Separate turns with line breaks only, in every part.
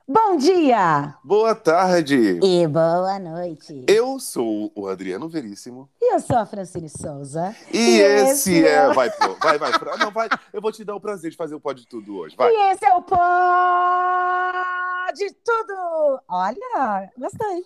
Bom dia
Boa tarde!
e boa noite.
Eu sou o Adriano Veríssimo.
E eu sou a Francine Souza.
E esse é. Vai, pô. Vai. Não, vai. Eu vou te dar o prazer de fazer o Pode Tudo hoje. Vai.
E esse é o Pode Tudo. Olha, gostei.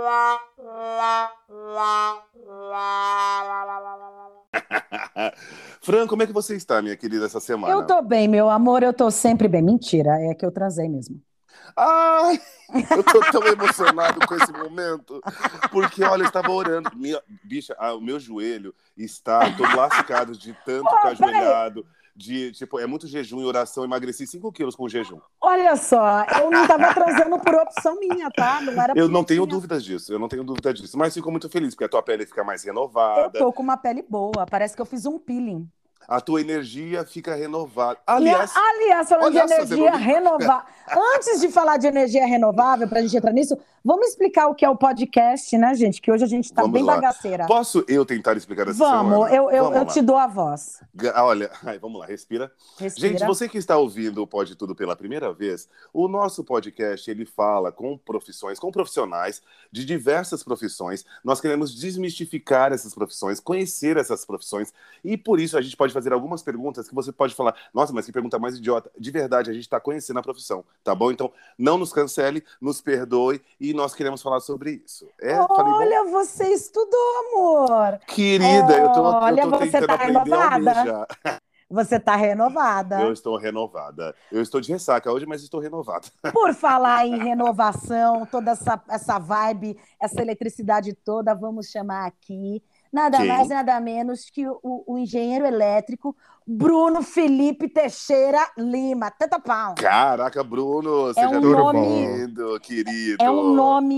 Fran, como é que você está, minha querida, essa semana?
Eu tô bem, meu amor, eu tô sempre bem. Mentira, é que eu transei mesmo.
Ai, eu tô tão emocionado com esse momento. Porque, olha, eu estava orando. Bicha, o meu joelho está todo lascado de tanto ficar ajoelhado. É muito jejum e oração. Emagreci 5 quilos com o jejum.
Olha só, eu não tava transando por opção minha, tá? Não era
Eu
por
não tenho
minha.
dúvidas disso, Mas fico muito feliz, porque a tua pele fica mais
Eu
renovada,
tô com uma pele boa, parece que eu fiz um peeling.
a tua energia fica renovada.
Aliás, falando de
olha só, você não
energia
me...
renovável, antes de falar de energia renovável, para a gente entrar nisso, vamos explicar o que é o podcast, né, gente? Que hoje a gente está
Vamos
bem
lá.
bagaceira.
Posso eu tentar explicar essa
Vamos,
semana?
eu
Vamos lá.
te dou a voz.
Olha, vamos lá, respira.
Respira.
Gente, você que está ouvindo o Pode Tudo pela primeira vez, o nosso podcast, ele fala com profissionais de diversas profissões. Nós queremos desmistificar essas profissões, conhecer essas profissões, e por isso a gente pode fazer algumas perguntas que você pode falar, nossa, mas que pergunta mais idiota. De verdade, a gente está conhecendo a profissão, tá bom? Então, não nos cancele, nos perdoe, e nós queremos falar sobre isso.
Olha, você estudou, amor.
Querida, eu tô
você
tentando
tá
aprender a
renovada.
almejar.
Você tá renovada.
Eu estou renovada. Eu estou de ressaca hoje, mas estou renovada.
Por falar em renovação, toda essa vibe, essa eletricidade toda, vamos chamar aqui nada
Quem?
mais, nada menos que o engenheiro elétrico Bruno Felipe Teixeira Lima. Tanta pau.
Caraca, Bruno, seja bem-vindo, querido.
É um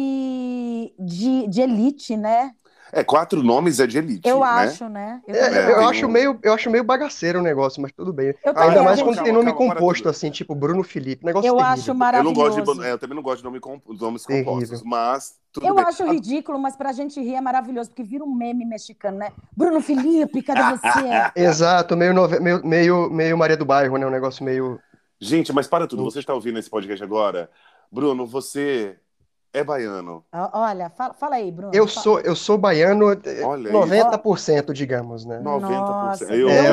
nome de elite, né?
4 nomes é de elite,
eu
né?
acho, né?
Eu acho meio bagaceiro o negócio, mas tudo bem.
Ainda
mais quando tem nome composto, assim, tipo Bruno Felipe. Negócio
eu
terrível.
acho maravilhoso.
Eu também não gosto de nomes
Terrível.
compostos, mas tudo
eu
bem.
acho ridículo, mas pra gente rir é maravilhoso, porque vira um meme mexicano, né? Bruno Felipe, cadê você?
Exato, meio Maria do Bairro, né? Um negócio meio...
Gente, mas para tudo, você está ouvindo esse podcast agora? Bruno, você é baiano.
Olha, fala aí, Bruno.
Eu sou baiano,
Olha
90%, digamos, né?
90%.
Nossa,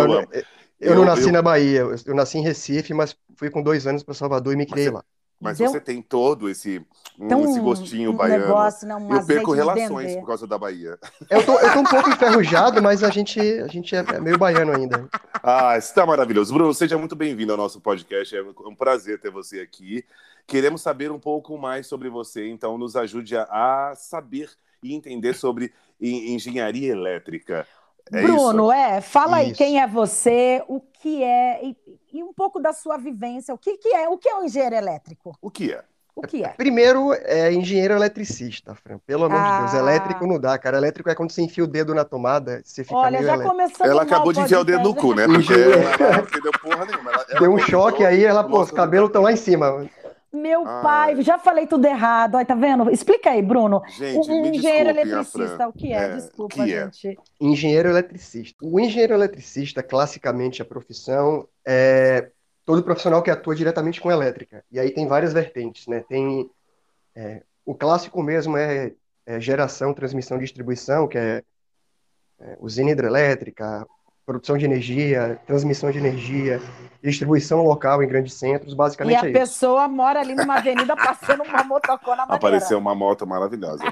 eu não nasci na Bahia, eu nasci em Recife, mas fui com 2 anos para Salvador e me criei lá.
Mas você tem todo esse gostinho baiano.
Negócio,
eu perco relações por causa da Bahia.
Eu tô um pouco enferrujado, mas a gente é meio baiano ainda.
Isso tá maravilhoso. Bruno, seja muito bem-vindo ao nosso podcast. É um prazer ter você aqui. Queremos saber um pouco mais sobre você, então nos ajude a saber e entender sobre engenharia elétrica.
Bruno, fala aí
Isso.
quem é você, o que é, e um pouco da sua vivência. O que é um engenheiro elétrico?
O que é?
O que é?
Primeiro, é engenheiro eletricista, Fran. Pelo amor de Deus, elétrico não dá, cara. Elétrico é quando você enfia o dedo na tomada, você fica meio
já
elétrico.
começou
Ela acabou de enfiar o dedo no cu, né? Porque ela não entendeu porra nenhuma.
Deu um choque aí, os cabelos estão lá em cima.
Meu pai, já falei tudo errado. Olha, tá vendo? Explica aí, Bruno.
Gente,
engenheiro eletricista, o que é? Desculpa, gente.
Engenheiro eletricista. O engenheiro eletricista, classicamente, a profissão é todo profissional que atua diretamente com elétrica. E aí tem várias vertentes, né? Tem o clássico mesmo é geração, transmissão, distribuição, que é usina hidrelétrica, produção de energia, transmissão de energia, distribuição local em grandes centros, basicamente é isso.
E a pessoa mora ali numa avenida passando uma motocona maneira.
Apareceu uma moto maravilhosa.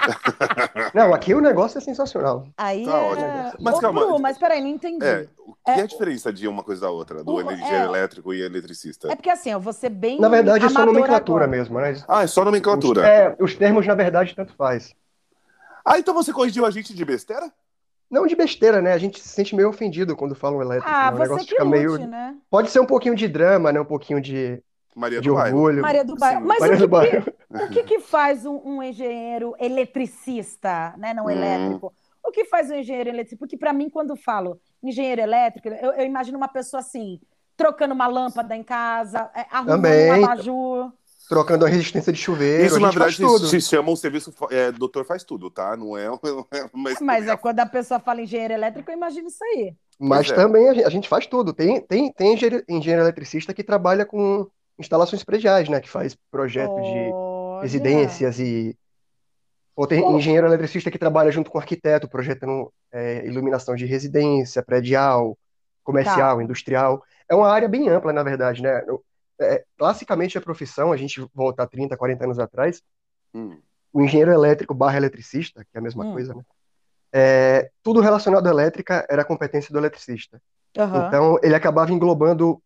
Não, aqui o negócio é sensacional.
Aí
tá ótimo.
Mas calma. Bruno, mas peraí, não entendi.
O que é a diferença de uma coisa da outra, do engenheiro elétrico e eletricista?
É porque assim, eu vou ser bem
na verdade, é só nomenclatura
agora.
mesmo, né?
É só nomenclatura.
Os termos, na verdade, tanto faz.
Então você corrigiu a gente de besteira?
Não de besteira, né? A gente se sente meio ofendido quando falam elétrico. Né? O negócio fica meio...
né?
Pode ser um pouquinho de drama, né? Um pouquinho de orgulho.
Maria do Bairro. Mas o que faz um engenheiro eletricista, né? Não elétrico? O que faz um engenheiro eletricista? Porque para mim, quando falo engenheiro elétrico, eu imagino uma pessoa assim, trocando uma lâmpada em casa, arrumando um abajur...
Trocando a resistência de chuveiro.
Isso, na verdade, se chama um serviço... doutor faz tudo, tá? Não é
mas quando a pessoa fala engenheiro elétrico, eu imagino isso aí.
Mas também a gente faz tudo. Tem engenheiro eletricista que trabalha com instalações prediais, né? Que faz projeto de
Olha.
residências ou tem
Ô,
engenheiro eletricista que trabalha junto com arquiteto, projetando iluminação de residência, predial,
tá.
comercial, industrial. É uma área bem ampla, na verdade, né? Classicamente a profissão, a gente voltar 30, 40 anos atrás,
Hum.
o engenheiro elétrico barra eletricista, que é a mesma
Hum.
coisa, né? Tudo relacionado à elétrica era competência do eletricista.
Aham.
Então, ele acabava englobando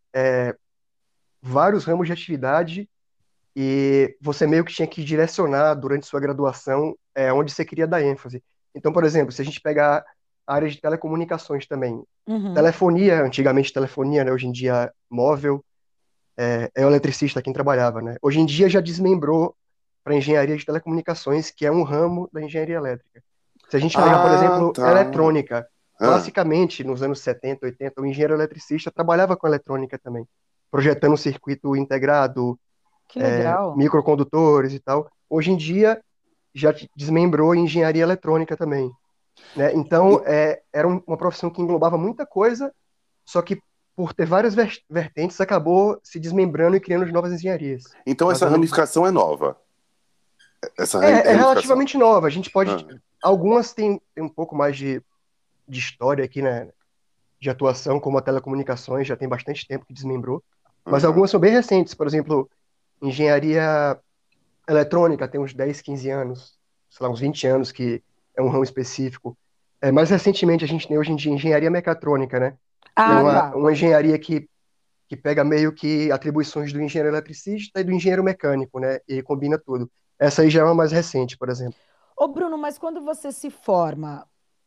vários ramos de atividade e você meio que tinha que direcionar durante sua graduação onde você queria dar ênfase. Então, por exemplo, se a gente pegar a área de telecomunicações também,
Uhum.
telefonia, antigamente telefonia, né? Hoje em dia móvel, é o eletricista quem trabalhava, né? Hoje em dia já desmembrou para engenharia de telecomunicações, que é um ramo da engenharia elétrica. Se a gente pegar, por
Ah,
exemplo,
tá.
eletrônica,
Ah,
classicamente, nos anos 70, 80, o engenheiro eletricista trabalhava com eletrônica também, projetando um circuito integrado,
Que legal.
microcondutores e tal. Hoje em dia, já desmembrou em engenharia eletrônica também, né? Então,
e-
era uma profissão que englobava muita coisa, só que por ter várias vertentes, acabou se desmembrando e criando novas engenharias.
então
Mais
essa
ou menos isso.
ramificação é nova. Essa
É
ramificação.
relativamente nova. A gente pode.
Ah,
Algumas têm um pouco mais de história aqui, né? De atuação, como a telecomunicações, já tem bastante tempo que desmembrou. Mas
aham.
algumas são bem recentes. Por exemplo, engenharia eletrônica tem uns 10, 15 anos, sei lá, uns 20 anos, que é um ramo específico. Mais recentemente, a gente tem hoje em dia engenharia mecatrônica, né? Que é
Ah,
Hum.
tá.
uma engenharia que pega meio que atribuições do engenheiro eletricista e do engenheiro mecânico, né? E combina tudo. Essa aí já é uma mais recente, por exemplo.
Ô, Bruno, mas quando você se forma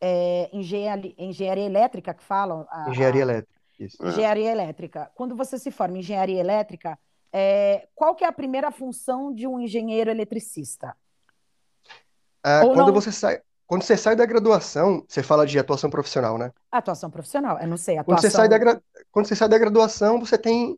engenharia elétrica, que falam,
Engenharia elétrica, isso.
É.
engenharia elétrica, quando você se forma em engenharia elétrica, qual que é a primeira função de um engenheiro eletricista?
Ah,
Ou não,
quando você sai da graduação, você fala de atuação profissional, né?
atuação profissional, eu não sei,
Quando você sai da,
atuação.
gra- quando você sai da graduação, você tem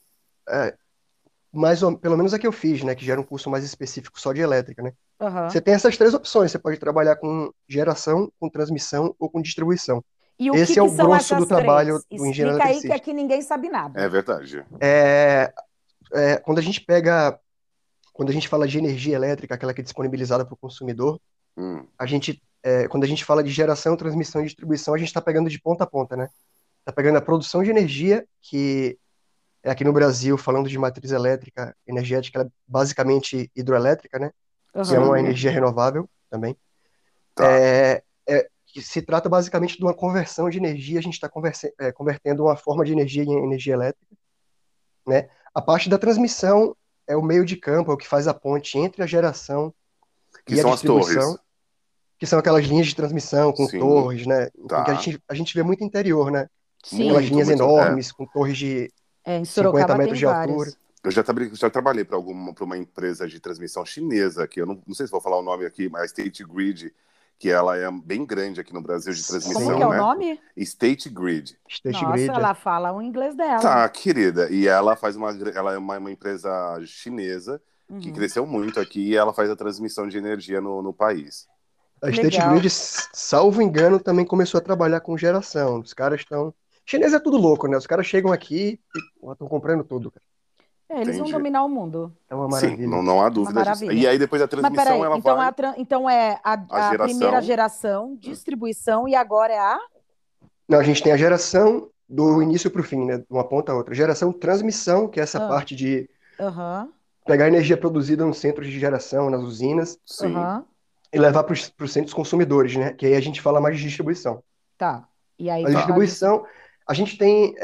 pelo menos a que eu fiz, né? Que já era um curso mais específico só de elétrica, né? Você
Aham.
tem essas três opções. Você pode trabalhar com geração, com transmissão ou com distribuição.
E o que
Esse é
que
o
são
grosso do
essas
trabalho
três?
do engenheiro
Explica aí que
eletricista.
aqui ninguém sabe
É
nada.
verdade.
É, quando a gente quando a gente fala de energia elétrica, aquela que é disponibilizada para o consumidor,
Hum.
quando a gente fala de geração, transmissão e distribuição, a gente está pegando de ponta a ponta, né? Está pegando a produção de energia, que é aqui no Brasil, falando de matriz elétrica, energética, ela é basicamente hidroelétrica, né? Que é
Aham.
uma
Sim,
energia renovável também.
tá.
Que se trata basicamente de uma conversão de energia, a gente está convertendo uma forma de energia em energia elétrica, né? A parte da transmissão é o meio de campo, é o que faz a ponte entre a geração
Que
e a
são as torres.
distribuição, que são aquelas linhas de transmissão com
Sim,
torres, né? Enfim, que
tá.
a gente vê muito interior, né? Aquelas
Sim,
Muito,
linhas
muito. É.
enormes, com torres de
em
50
Sorocaba tem
metros de altura.
várias.
Eu já trabalhei para uma empresa de transmissão chinesa, que eu não sei se vou falar o nome aqui, mas State Grid, que ela é bem grande aqui no Brasil de
Como que é
transmissão,
o
Sim,
né?
nome?
State Grid.
State
Nossa,
Grid.
ela fala o inglês dela.
Tá, querida. E ela ela é uma empresa chinesa que
Uhum.
cresceu muito aqui e ela faz a transmissão de energia no país.
A
Que
State
legal.
Grid, salvo engano, também começou a trabalhar com geração. Os caras estão. Chinês é tudo louco, né? Os caras chegam aqui e estão comprando tudo, cara.
Eles vão
Entende?
dominar o mundo.
É uma
Sim,
maravilha.
não há
É uma
dúvida disso. E
maravilha.
aí depois a
Mas
transmissão
peraí,
ela
então,
vai
então é
a
a primeira
geração.
geração, distribuição e agora é a?
Não, a gente tem a geração do início para o fim, né? De uma ponta a outra. Geração, transmissão, que é essa
Ah,
parte de
aham,
pegar a energia produzida nos centros de geração, nas usinas,
Sim.
aham,
e levar para os centros consumidores, né? Que aí a gente fala mais de distribuição.
tá. E aí,
A
Tá.
distribuição, a gente tem.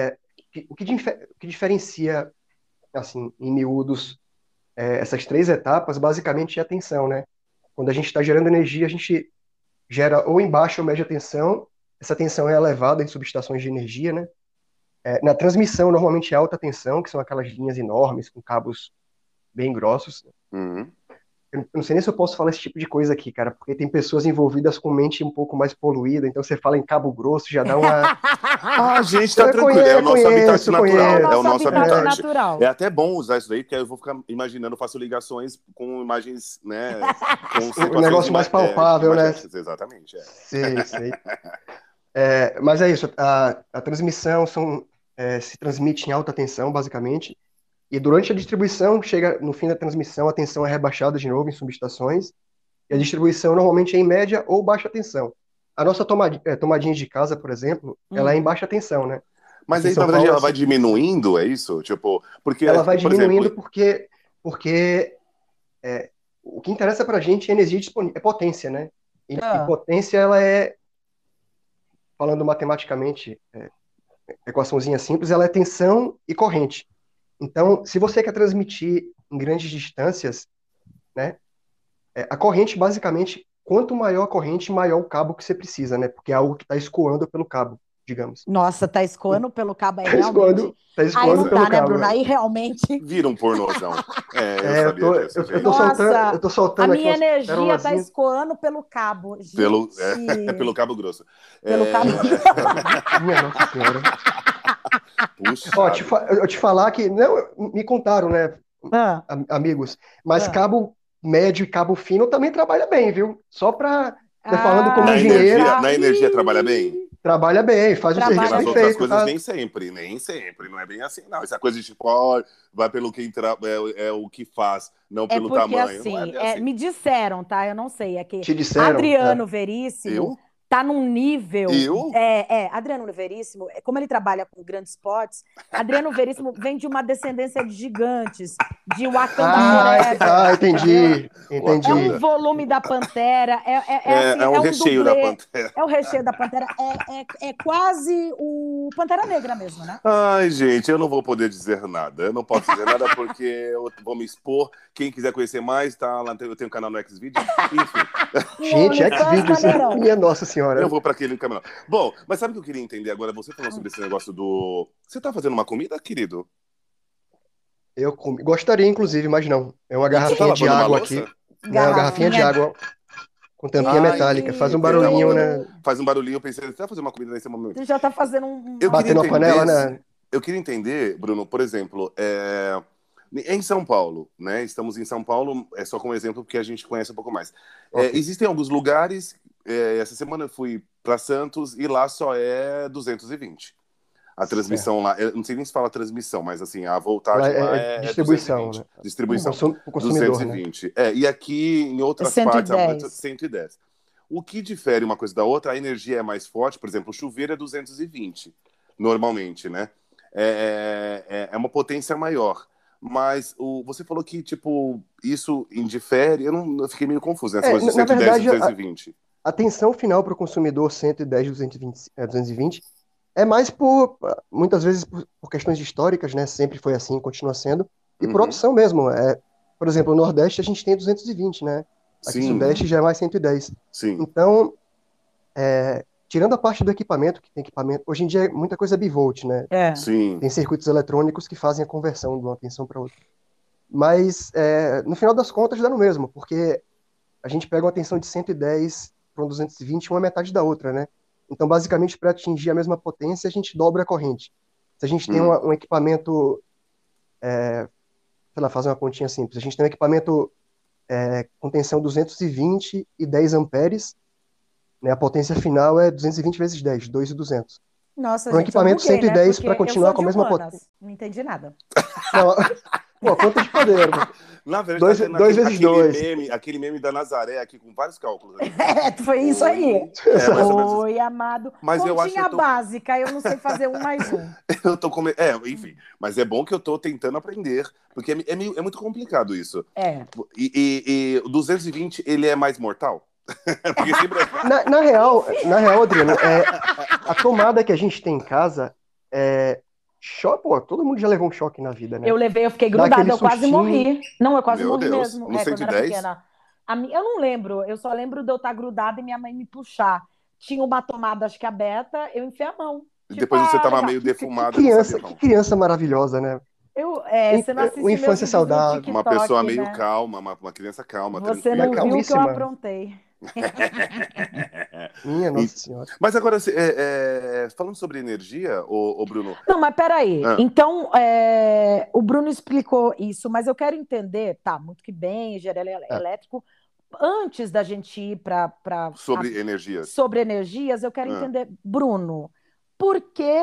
O que diferencia, assim, em miúdos, essas três etapas, basicamente, é a tensão, né? Quando a gente está gerando energia, a gente gera ou em baixa ou média tensão. Essa tensão é elevada em subestações de energia, né? Na transmissão, normalmente é alta tensão, que são aquelas linhas enormes com cabos bem grossos.
Uhum.
Eu não sei nem se eu posso falar esse tipo de coisa aqui, cara, porque tem pessoas envolvidas com mente um pouco mais poluída, então você fala em cabo grosso, já dá uma.
Ah, gente, tá
Eu
tranquilo. É o nosso habitat
É o
natural. É o
nosso
conheço.
nosso
habitat
habitat. É
natural.
até bom usar isso daí, porque aí eu vou ficar imaginando, eu faço ligações com imagens, né? Com
Um
situações
negócio mais palpável, né?
imagéticas, exatamente. É.
Sei, sei. Mas é isso, a transmissão se transmite em alta tensão, basicamente, E durante a distribuição, chega no fim da transmissão, a tensão é rebaixada de novo em subestações, e a distribuição normalmente é em média ou baixa tensão. A nossa tomadinha de casa, por exemplo, ela é em baixa tensão, né?
Mas
Aqui em
aí, na
São
verdade,
Paulo,
ela vai diminuindo, é isso? Tipo, porque,
ela vai
por exemplo,
diminuindo porque o que interessa para a gente é energia disponível, é potência, né? E
Ah.
potência, ela é, falando matematicamente, equaçãozinha simples, ela é tensão e corrente. Então, se você quer transmitir em grandes distâncias, né, a corrente, basicamente, quanto maior a corrente, maior o cabo que você precisa, né? Porque é algo que está escoando pelo cabo, digamos.
Nossa, tá escoando pelo cabo aí,
Está
realmente.
escoando, tá
Aí
escoando
não
pelo
dá, né,
cabo.
Bruna? Aí realmente.
vira um pornozão. Eu
Eu
sabia
tô,
disso, gente.
eu
Nossa,
tô
a
soltando aqui
minha
umas
energia tá
perolazinhas.
escoando pelo cabo.
Pelo,
Gente,
pelo Cabo Grosso.
pelo cabo.
Minha Nossa Senhora. Ó,
Puxado.
eu te falar que, não, me contaram, né,
Ah,
amigos, mas
ah.
cabo médio e cabo fino também trabalha bem, viu? Só para, falando como
Ah, você
engenheiro,
Na
tá.
energia trabalha bem?
trabalha bem, faz o
Porque
serviço
Trabalha
nas
bem
outras
feito,
bem.
coisas
tá?
nem sempre, não é bem assim, não. Essa coisa de tipo, ó, vai pelo que é o que faz, não
É
pelo
porque
tamanho. Não é
assim,
bem assim.
me disseram, tá? Eu não sei, é que
Te disseram?
Adriano Veríssimo
Eu?
tá num nível,
Eu?
Adriano Veríssimo, como ele trabalha com grandes potes, Adriano Veríssimo vem de uma descendência de gigantes, de Wakanda Forever, entendeu? É um
Wakanda.
Entendi.
volume da Pantera, assim,
É um
é um
recheio da
dublê,
Pantera.
é o recheio da Pantera, é quase o Pantera Negra mesmo, né?
Ai, gente, eu não vou poder dizer nada. Eu não posso dizer nada porque eu vou me expor. Quem quiser conhecer mais, tá lá, eu tenho um canal no Xvideos. Enfim,
Um
Gente,
OnlyFans
Xvideos,
maneirão.
minha Nossa
eu
Senhora.
vou para aquele canal. Bom, mas sabe o que eu queria entender agora? Você falando sobre esse negócio do. Você tá fazendo uma comida, querido?
Gostaria, inclusive, mas não. É uma
Você tá
garrafinha de
lavando uma
água
louça?
aqui. Né? Uma garrafinha de
Garrafinha.
água com tampinha
Ah,
metálica. Faz um barulhinho, né?
faz um barulhinho. Eu pensei, você tá fazendo uma comida nesse momento.
Você já tá fazendo
Eu
uma
queria
Batendo a
comida.
panela,
entender,
né?
eu queria entender, Bruno, por exemplo, em São Paulo, né? Estamos em São Paulo, é só como exemplo porque a gente conhece um pouco mais.
Ok.
Existem alguns lugares, essa semana eu fui para Santos e lá só é 220. A
Certo.
transmissão lá, eu não sei nem se fala transmissão, mas assim, a
Lá
voltagem lá
é
é
distribuição,
220.
né?
Distribuição
O consumidor, né?
220. E aqui em
É
outras
cento e
partes,
dez
110. O que difere uma coisa da outra, a energia é mais forte, por exemplo, o chuveiro é 220, normalmente, né? É uma potência maior. Mas você falou que, tipo, isso indifere, eu fiquei meio confuso nessa coisa de
Na
110 e
verdade,
220.
a tensão final para o consumidor 110, 220, 220 é mais por, muitas vezes, por questões históricas, né? Sempre foi assim, continua sendo. E por
Uhum.
opção mesmo. Por exemplo, no Nordeste a gente tem 220, né? Aqui
Sim,
Sudeste já é mais 110.
sim.
Então, tirando a parte do equipamento, que tem equipamento, hoje em dia muita coisa é bivolt, né?
É.
Sim.
Tem circuitos eletrônicos que fazem a conversão de uma tensão para outra. Mas, no final das contas, dá no mesmo, porque a gente pega uma tensão de 110 para um 220, uma é metade da outra, né? Então, basicamente, para atingir a mesma potência, a gente dobra a corrente. Se a gente tem
Hum.
um equipamento, sei lá, fazer uma continha simples, a gente tem um equipamento com tensão 220 e 10 amperes, né? A potência final é 220 vezes 10, 2.200.
Nossa,
Para um
gente, eu
equipamento
buguei, né?
110 para
Porque eu sou
continuar com a
de
mesma potência.
humanas. Não entendi nada.
Não, pô, conta de poder.
Na verdade, tá
2
tendo
vezes 2.
aquele meme da Nazaré aqui com vários cálculos aqui.
Foi isso aí.
Oi. É mais ou menos isso.
Oi, amado.
Mas eu acho que
Continha básica, eu não sei fazer um mais um.
eu tô enfim. Mas é bom que eu tô tentando aprender, porque é muito complicado isso.
É.
E o 220, ele é mais mortal? Porque sempre
Na real, Adriano, a tomada que a gente tem em casa choque, pô, todo mundo já levou um choque na vida, né?
Eu fiquei
Dá
grudada,
aquele
eu quase
sustinho.
morri. Não, eu quase
Meu
morri
Deus,
mesmo.
no
Quando eu era
110?
pequena. Eu não lembro, eu só lembro de eu estar grudada e minha mãe me puxar. Tinha uma tomada, acho que aberta, eu enfiei a mão. Tipo,
Depois você tava
legal.
meio defumada, não sabia
Que
não.
criança maravilhosa, né?
Você não
Uma
assiste meus
infância
vídeos no
saudável.
Uma pessoa
TikTok,
meio
né?
calma, uma criança calma,
Você
É
não
tranquila.
viu o que eu
calmíssima.
aprontei.
Minha
E-
Nossa Senhora.
Mas agora, falando sobre energia, ô Bruno.
Não, mas peraí.
Ah,
Então, o Bruno explicou isso, mas eu quero entender, tá, muito que bem, engenharia
É,
elétrico. Antes da gente ir para
sobre energias.
sobre energias, eu quero
Ah,
entender, Bruno, por que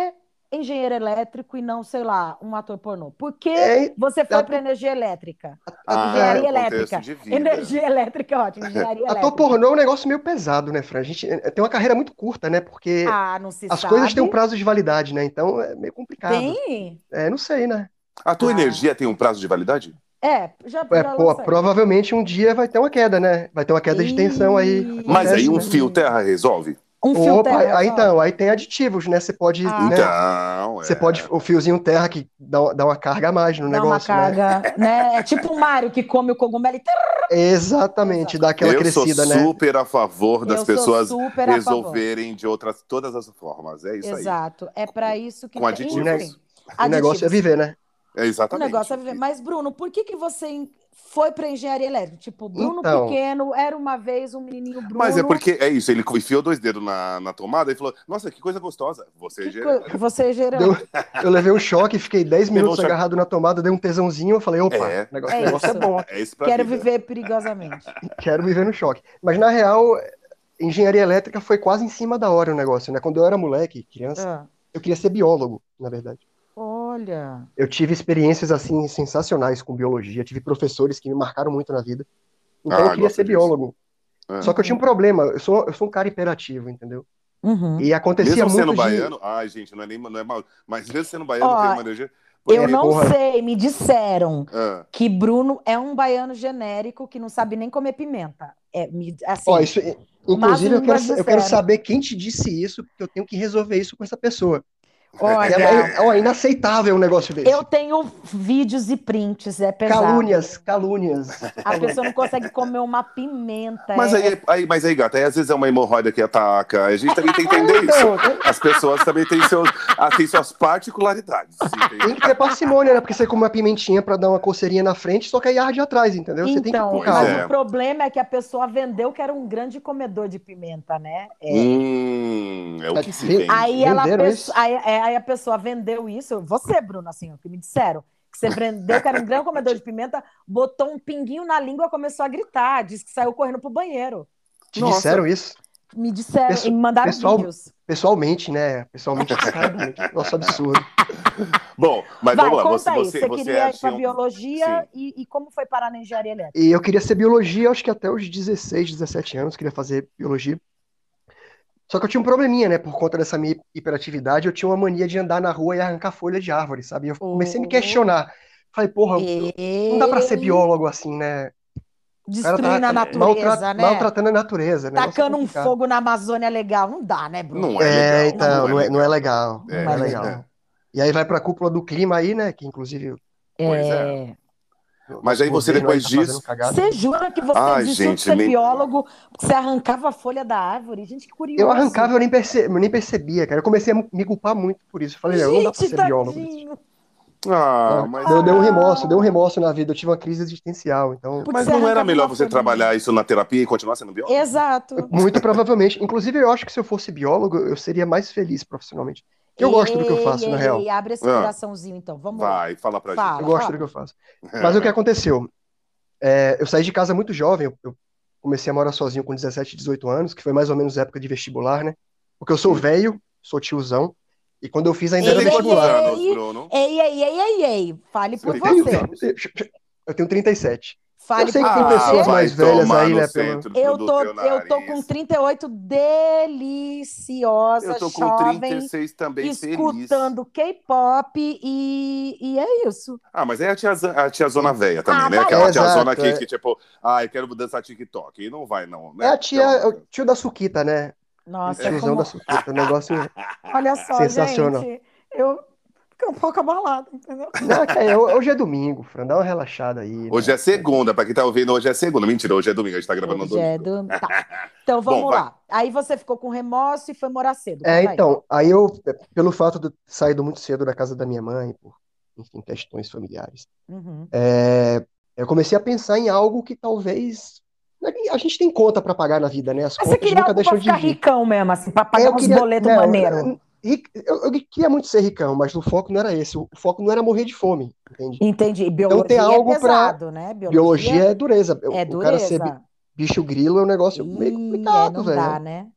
engenheiro elétrico e não, sei lá, um ator pornô? Por que
É,
você foi
a-
para energia elétrica?
Ah,
Engenharia
é um contexto
elétrica.
de vida.
Energia elétrica é ótimo, engenharia
ator
elétrica.
pornô é um negócio meio pesado, né, Fran? A gente tem uma carreira muito curta, né? Porque
Ah, não se
as coisas têm um
sabe.
prazo de validade, né? Então é meio complicado.
Tem?
Não sei, né?
A tua
Ah.
energia tem um prazo de validade?
Já
Pô,
lança aí.
provavelmente um dia vai ter uma queda, né? Vai ter uma queda de tensão aí.
Mas aí
Acontece,
um
né?
fio terra resolve?
Um fio
Opa,
terra,
então, aí tem aditivos, né? Você pode,
Ah.
né?
Então,
Você pode, o fiozinho terra que dá uma carga a mais no
dá uma
negócio, né?
carga, né? É tipo o Mario que come o cogumelo e...
Exatamente,
Exato.
dá aquela
eu sou
crescida, né?
super a favor das
Eu sou
pessoas
super a favor.
resolverem de todas as formas. É isso aí.
Exato. É para isso que
Com aditivos.
Enfim,
O negócio é viver, né?
É
O
exatamente.
negócio é viver. Mas, Bruno, por que você foi para engenharia elétrica? Tipo, Bruno
Então.
pequeno, era uma vez um menininho Bruno.
Mas é porque é isso, ele enfiou 2 dedos na tomada e falou: Nossa, que coisa gostosa. Você é engenheiro elétrico.
Você é engenheiro
Deu-
elétrico.
Eu levei um choque, fiquei 10
Levou
minutos
um choque.
agarrado na tomada, dei um tesãozinho, eu falei, opa,
É.
o negócio
É
é
isso.
bom,
É isso pra
Quero
vida.
viver perigosamente.
quero viver no choque. Mas na real, engenharia elétrica foi quase em cima da hora o negócio, né? Quando eu era moleque, criança,
Ah,
eu queria ser biólogo, na verdade.
olha.
Eu tive experiências assim sensacionais com biologia, tive professores que me marcaram muito na vida. Então eu queria
gosto
ser
disso.
biólogo.
É.
Só que eu tinha um problema, eu sou um cara hiperativo, entendeu?
Uhum.
E acontecia
Mesmo
muito
sendo
de...
baiano, ai, gente, não é mal. Mas mesmo sendo baiano,
Ó,
tem uma energia.
Eu
É,
não
porra.
sei, me disseram
Ah,
que Bruno é um baiano genérico que não sabe nem comer pimenta. Assim,
Ó, isso, inclusive,
Más línguas
eu quero
disseram.
saber quem te disse isso, porque eu tenho que resolver isso com essa pessoa.
Olha,
É inaceitável um negócio desse.
eu tenho vídeos e prints, é pesado.
Calúnias.
A pessoa não consegue comer uma pimenta.
mas aí, gata, aí às vezes é uma hemorroida que ataca. A gente também tem que entender isso.
Então,
As pessoas também têm suas particularidades.
tem que ter parcimônia, né? Porque você come uma pimentinha pra dar uma coceirinha na frente, só que aí arde atrás, entendeu? Você tem que ir com
Então,
Pois
mas
calma.
é.
o problema é que a pessoa vendeu que era um grande comedor de pimenta, né?
É o que se vende.
Aí
Venderam isso?
aí a pessoa vendeu isso, você, Bruno, assim, o que me disseram, que você vendeu que era um grande comedor de pimenta, botou um pinguinho na língua e começou a gritar, disse que saiu correndo pro banheiro.
Te
Nossa.
disseram isso?
Me disseram e me mandaram vídeos.
Pessoalmente, né? Pessoalmente, descaradamente. Nossa, absurdo.
Bom, mas
Vai,
vamos lá.
conta aí,
Você
queria ir
tinha
para
um-
biologia
Sim.
e como foi parar na engenharia elétrica?
E eu queria ser biologia, acho que até os 16, 17 anos, queria fazer biologia. Só que eu tinha um probleminha, né? Por conta dessa minha hiperatividade, eu tinha uma mania de andar na rua e arrancar folha de árvore, sabe? E eu comecei a me questionar. Falei, porra, não dá pra ser biólogo assim, né? O cara
Destruindo a natureza, né?
maltratando a natureza, né?
Tacando um fogo na Amazônia legal. Não dá, né, Bruno?
Não é legal.
Então, não é legal.
É,
Não é legal. E aí vai pra cúpula do clima aí, né? Que inclusive.
Pois é. Mas aí você,
governo
depois
tá fazendo
disso-
cagada.
Você jura que você
Ai,
desistiu de
gente,
ser
nem-
biólogo porque você arrancava a folha da árvore? Gente, que curioso.
Eu arrancava, eu nem percebia, cara. Eu comecei a me culpar muito por isso. Eu falei, não dá pra
Gente,
ser biólogo.
tadinho.
Mas
Deu um remorso na vida. Eu tive uma crise existencial, então.
Porque
Mas
você
não era
arrancava
melhor
uma
você
folhinha.
trabalhar isso na terapia e continuar sendo biólogo?
Exato.
Muito provavelmente. Inclusive, eu acho que se eu fosse biólogo, eu seria mais feliz profissionalmente. Eu gosto do que eu faço, na real.
Abre esse coraçãozinho, então. Vamos lá.
Vai, fala pra
Fala.
Eu gosto do que eu faço. Mas o que aconteceu? Eu saí de casa muito jovem. Eu comecei a morar sozinho com 17, 18 anos, que foi mais ou menos época de vestibular, né? Porque eu sou velho, sou tiozão. E quando eu fiz ainda
Você
era
tem quantos
vestibular.
anos, Bruno?
Ei. Fale por
Você tem-
você.
Eu tenho 37.
Fale
Eu sei que
por
tem
você.
pessoas mais velhas
tomar
aí,
no
né?
centro
Eu
do
tô
teu
com
nariz.
38, deliciosa,
Eu tô com
jovem,
36 também feliz.
escutando K-pop e é isso.
Ah, mas é a tiazona velha também,
Ah,
né?
vai
Aquela
lá.
tiazona
Exato,
que tipo, eu quero dançar TikTok. E não vai, não. Né?
É a tia, é o tio da Suquita, né?
Nossa,
Tiozão da Suquita. O negócio
olha só,
sensacional.
gente, eu fiquei um pouco abalada, entendeu?
Não, hoje é domingo, Fran. Dá uma relaxada aí.
Hoje
né?
é segunda, pra quem tá ouvindo, hoje é segunda. Mentira, hoje é domingo, a gente tá gravando no
Hoje é
domingo.
Tá. Então vamos
Bom, vai.
lá. Aí você ficou com remorso e foi morar cedo. Conta aí.
Então, aí eu, pelo fato de eu ter saído muito cedo da casa da minha mãe, por, enfim, questões familiares,
Uhum.
eu comecei a pensar em algo que talvez a gente tem conta pra pagar na vida, né? As
Mas você
contas
queria
nunca
algo pra
deixam de
ficar
vir.
ricão mesmo, assim, pra pagar
Eu
uns
queria-
boletos
não,
maneiros.
Eu queria muito ser ricão, mas o foco não era esse. O foco não era morrer de fome, entende?
Entendi. E
Então tem
biologia
algo
é pesado, né?
Biologia é dureza.
é
O cara ser
dureza.
bicho grilo é um negócio meio complicado,
não
velho.
dá, né?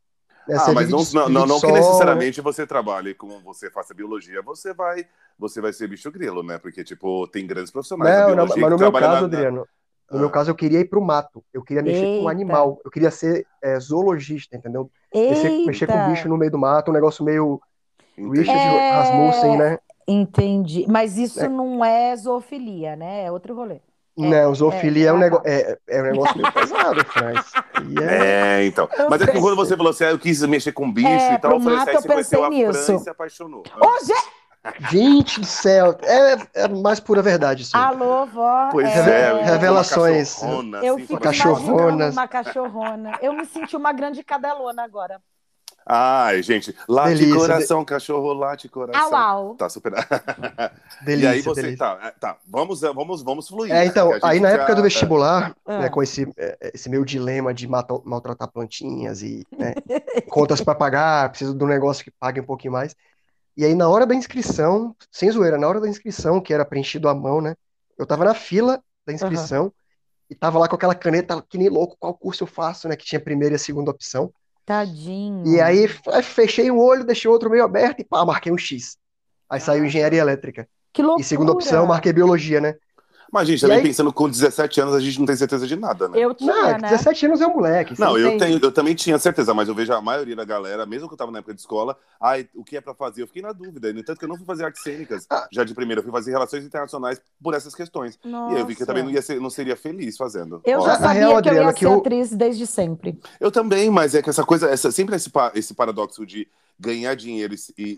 né?
Ah,
Você
mas
vive
não,
de,
não,
vive
não,
de
não que
sol, né?
necessariamente você trabalhe com, você faça biologia, você vai ser bicho grilo, né? Porque, tipo, tem grandes profissionais na
Não, não,
biologia
mas
que
no meu
trabalham
caso,
na...
Adriano, no meu
Ah,
caso eu queria ir pro mato, eu queria mexer com
Eita,
animal, eu queria ser zoologista, entendeu? Mexer com bicho
eita.
no meio do mato, um negócio meio Richard
entendi.
Rasmussen,
É,
né?
entendi. Mas isso
Né?
não é zoofilia, né? É outro rolê.
Não, zoofilia é
Ah, tá.
um negócio meio pesado, Franz. Aí
É, então.
Eu
Mas é que
sei.
quando você falou assim, eu quis mexer com bicho e tal,
Pro
eu falei assim,
mato
aí
eu
você conheceu
pensei
a Fran e
nisso.
se apaixonou. Ah.
Ô,
gente do céu, é mais pura verdade isso aí.
alô, vó,
Pois é, vi que é uma
Revelações,
cachorrona,
eu
assim,
fico
falei, nossa.
imaginando
cachorronas,
uma cachorrona. Eu me senti uma grande cadelona agora.
Ai, gente, late
delícia,
coração, cachorro, late
Au,
coração.
au.
Tá super. E aí
delícia,
você,
delícia.
tá, vamos fluir, que
Então,
a
aí
gente
na época do
já.
vestibular, né,
Ah.
com esse meu dilema de maltratar plantinhas e, né, contas para pagar, preciso de um negócio que pague um pouquinho mais. E aí na hora da inscrição, sem zoeira, na hora da inscrição, que era preenchido à mão, né, eu tava na fila da
Aham.
inscrição e tava lá com aquela caneta que nem louco, qual curso eu faço, né, que tinha a primeira e a segunda opção. E
Tadinho.
aí fechei o olho, deixei o outro meio aberto e pá, marquei um X. Aí saiu engenharia
Caraca.
elétrica.
Que
E segunda opção,
loucura.
marquei biologia, né?
Mas, gente,
E
também
aí,
pensando com 17 anos, a gente não tem certeza de nada, né?
Eu
não,
tinha, né?
17 anos é um moleque, você
Não,
não tem.
eu também tinha certeza, mas eu vejo a maioria da galera, mesmo que eu tava na época de escola, ai, o que é pra fazer? Eu fiquei na dúvida. No entanto, que eu não fui fazer artes cênicas
Ah,
já de primeira, eu fui fazer relações internacionais por essas questões. E aí eu vi que eu também
Nossa.
não seria feliz fazendo.
Eu já
a real,
sabia que eu
Adriano,
ia
é que
ser atriz desde sempre.
Eu também, mas é que essa coisa, sempre esse paradoxo de ganhar dinheiro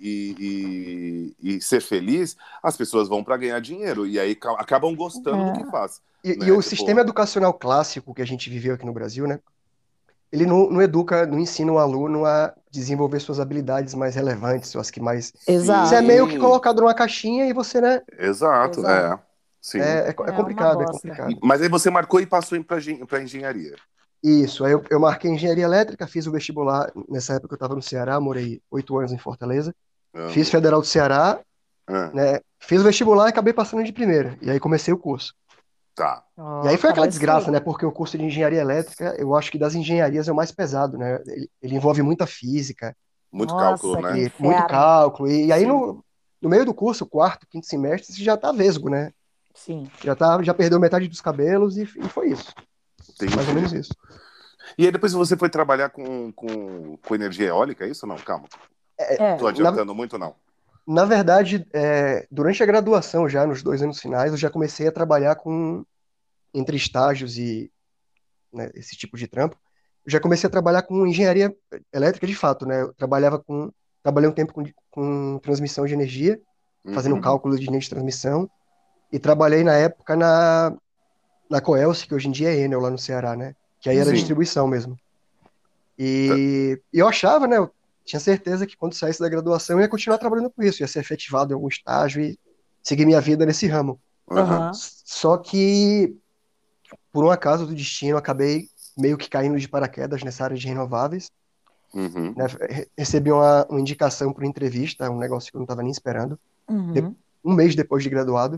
e ser feliz, as pessoas vão para ganhar dinheiro e aí acabam gostando do que
É.
faz,
e
né?
o sistema
Tipo,
educacional clássico que a gente viveu aqui no Brasil, né? Ele não educa, não ensina o aluno a desenvolver suas habilidades mais relevantes, ou as que mais. Você é
Exato,
meio que
sim,
colocado numa caixinha e você, né?
exato,
exato.
sim.
É
É uma
complicado, é
bosta.
complicado.
Mas aí você marcou e passou para engenharia.
Isso, aí eu marquei engenharia elétrica, fiz o vestibular. Nessa época eu estava no Ceará, morei 8 anos em Fortaleza. Fiz
Amo.
Federal do Ceará,
Ah,
né? Fiz o vestibular e acabei passando de primeira. E aí comecei o curso.
tá.
E aí
Ó,
foi aquela desgraça,
cabeçudo.
né? Porque o curso de engenharia elétrica, eu acho que das engenharias é o mais pesado, né? Ele envolve muita física
Muito cálculo,
Nossa, que
né?
e muito
inferno.
cálculo. E aí
Sim,
no meio do curso, quarto, quinto semestre, você já tá vesgo, né?
Sim.
Já perdeu metade dos cabelos e foi isso. Mais ou
entendi.
menos isso.
E aí depois você foi trabalhar com energia eólica, é isso? Não, calma.
É.
Tô
Na,
adiantando muito, não.
na verdade, durante a graduação, já nos 2 anos finais, eu já comecei a trabalhar entre estágios e, né, esse tipo de trampo. Eu já comecei a trabalhar com engenharia elétrica de fato, né? Trabalhei um tempo com transmissão de energia, fazendo
Uhum.
Uhum.
cálculo de linha de transmissão, e trabalhei na época na Coelce, que hoje em dia é Enel, lá no Ceará, né? Que aí era
Sim.
Uhum.
distribuição mesmo.
Tá.
E eu achava, né? Eu tinha certeza que quando saísse da graduação eu ia continuar trabalhando com isso, ia ser efetivado em algum estágio e seguir minha vida nesse ramo.
Aham.
Aham.
Só que, por um acaso do destino, eu acabei meio que caindo de paraquedas nessa área de renováveis,
Uhum.
né? Recebi uma indicação para uma entrevista, um negócio que eu não estava nem esperando,
Uhum.
um mês depois de graduado.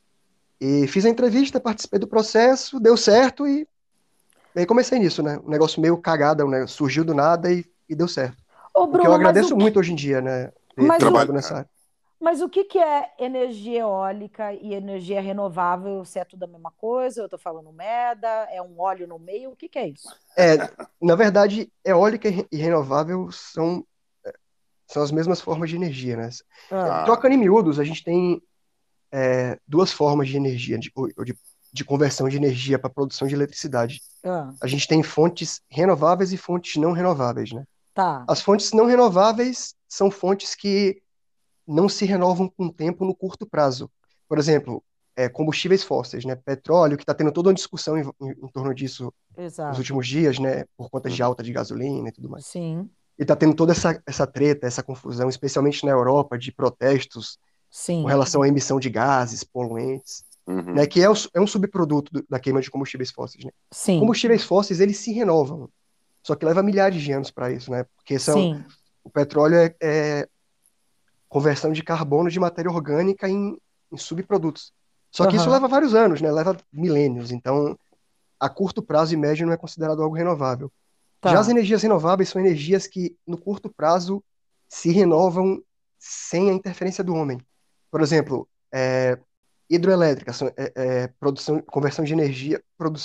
E fiz a entrevista, participei do processo, deu certo e aí comecei nisso, né? Um negócio meio cagada, né? Surgiu do nada e deu certo.
Ô,
O que eu
Bruno,
agradeço muito hoje em dia, né? Ter
mas o,
entrado
Trabalho.
nessa área.
mas o que que é energia eólica e energia renovável? Se é tudo a mesma coisa? Eu tô falando merda? É um óleo no meio? O que que é isso?
É, na verdade, eólica e renovável são as mesmas formas de energia, né?
Ah,
Tá.
Trocando em miúdos, a gente tem duas formas de energia, de conversão de energia para produção de eletricidade.
ah,
A gente tem fontes renováveis e fontes não renováveis, né?
tá.
As fontes não renováveis são fontes que não se renovam com o tempo no curto prazo. Por exemplo, combustíveis fósseis, né? Petróleo, que está tendo toda uma discussão em torno disso nos
Exato.
últimos dias, né? Por conta de
Uhum.
alta de gasolina e tudo mais.
Sim,
E está tendo toda essa treta, essa confusão, especialmente na Europa, de protestos com
sim,
relação à emissão de gases poluentes, né?
Uhum.
Que é um subproduto da queima de combustíveis fósseis, né?
sim,
Combustíveis fósseis, eles se renovam, só que leva milhares de anos para isso, né? Porque
sim.
o petróleo é conversão de carbono de matéria orgânica em subprodutos. Só que isso
Aham.
leva vários anos, né? Leva milênios. Então, a curto prazo e médio não é considerado algo renovável. Já as
Tá.
energias renováveis são energias que, no curto prazo, se renovam sem a interferência do homem. Por exemplo, hidroelétrica, produção, conversão de energia,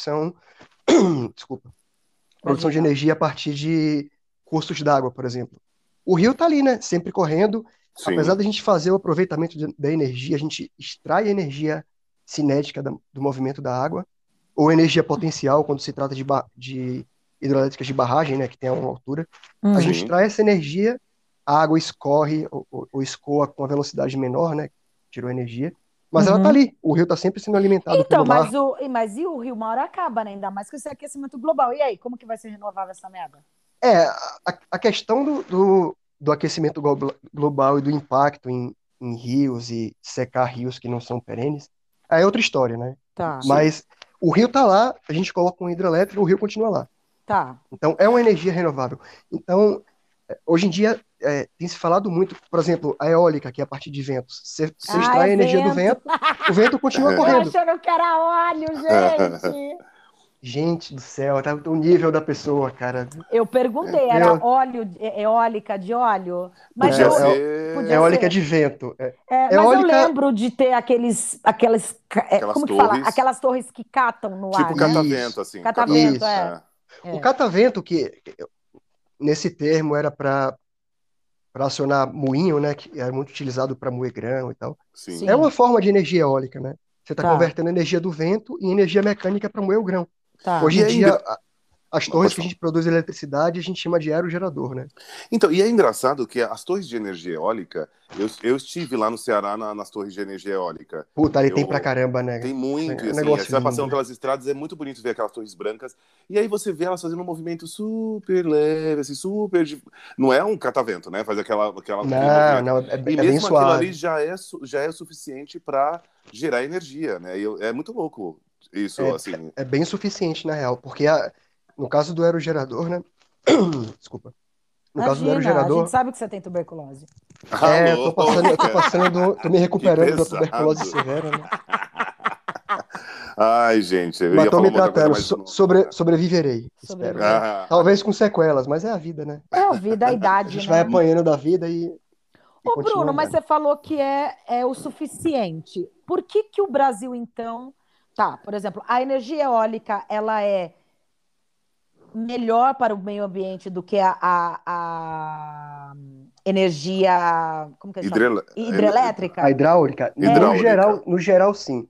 desculpa, produção de
Imagina.
energia a partir de cursos d'água, por exemplo. O rio está ali, né? Sempre correndo. Apesar
Sim.
da gente fazer o aproveitamento da energia, a gente extrai a energia cinética do movimento da água, ou energia potencial, quando se trata de hidrelétricas de barragem, né, que tem uma altura. A gente
Sim.
extrai essa energia, a água escorre ou escoa com uma velocidade menor, né? Tirou energia. Mas ela está
Uhum.
ali. O rio está sempre sendo alimentado
Então,
pelo mar.
mas e o rio uma hora acaba, né? Ainda mais com esse aquecimento global. E aí, como que vai ser renovável essa merda?
A questão do aquecimento global e do impacto em rios e secar rios que não são perenes, é outra história, né?
Tá,
Sim.
Mas o rio está lá, a gente coloca um hidrelétrico, o rio continua lá.
tá.
Então, é uma energia renovável. Então, hoje em dia, tem se falado muito, por exemplo, a eólica, que é a partir de ventos. Você
Ah, é
extrai a energia do
vento.
vento, o vento continua
Eu
correndo.
achando que era óleo, gente.
Gente do céu, tá o nível da pessoa, cara.
Eu perguntei, era
Meu,
óleo, eólica de óleo? Mas
Podia
eu
ser
podia
eólica
ser.
de vento.
Mas eu
Eólica,
lembro de ter
aquelas
como que fala?
torres,
Aquelas torres que catam no
tipo
ar, né?
catavento,
isso,
assim,
Catavento,
catavento.
isso.
é.
É.
O
É.
catavento, que nesse termo era para acionar moinho, né, que era muito utilizado para moer grão e tal.
Sim.
É uma
Sim,
forma de energia eólica, né? Você está
tá,
convertendo energia do vento em energia mecânica para moer o grão.
tá.
Hoje
E
em
é
dia,
engra...
as
Não,
torres
pode
que a
falar.
gente produz eletricidade, a gente chama de aerogerador, né?
Então, e é engraçado que as torres de energia eólica, eu estive lá no Ceará nas torres de energia eólica.
Puta, ali tem pra
Eu
caramba, né?
Tem muito, e
É um
assim, aí
negócio
você vai passando
lindo.
pelas estradas, é muito bonito ver aquelas torres brancas, e aí você vê elas fazendo um movimento super leve, assim, Não é um catavento, né? Faz aquele
Não,
movimento.
não,
E
é bem
mesmo aquilo ali
suave.
já é suficiente para gerar energia, né? É muito louco isso,
É,
assim.
é bem suficiente, na real, porque no caso do aerogerador, né? Desculpa. No caso do
Imagina, a gente
aerogerador,
sabe que você tem tuberculose.
Ah, louca!
tô me
Que
recuperando da tuberculose
pesado!
severa, né?
Ai, gente, eu
Mas
ia
tô
falar
me
uma outra coisa,
tratando,
mas não dá.
sobreviverei, espero, né?
Sobreviver.
Talvez
Não.
com sequelas, mas é a vida, né?
É a vida, a
A
idade,
gente vai
né?
apanhando da vida e
Ô,
continua
Bruno, mas
andando.
você falou que é o suficiente. Por que que o Brasil, então... Tá, por exemplo, a energia eólica, ela é melhor para o meio ambiente do que a energia, como que a gente chama?
Hidrela-
A
Hidrelétrica?
hidráulica,
É.
Hidráulica.
no geral, sim.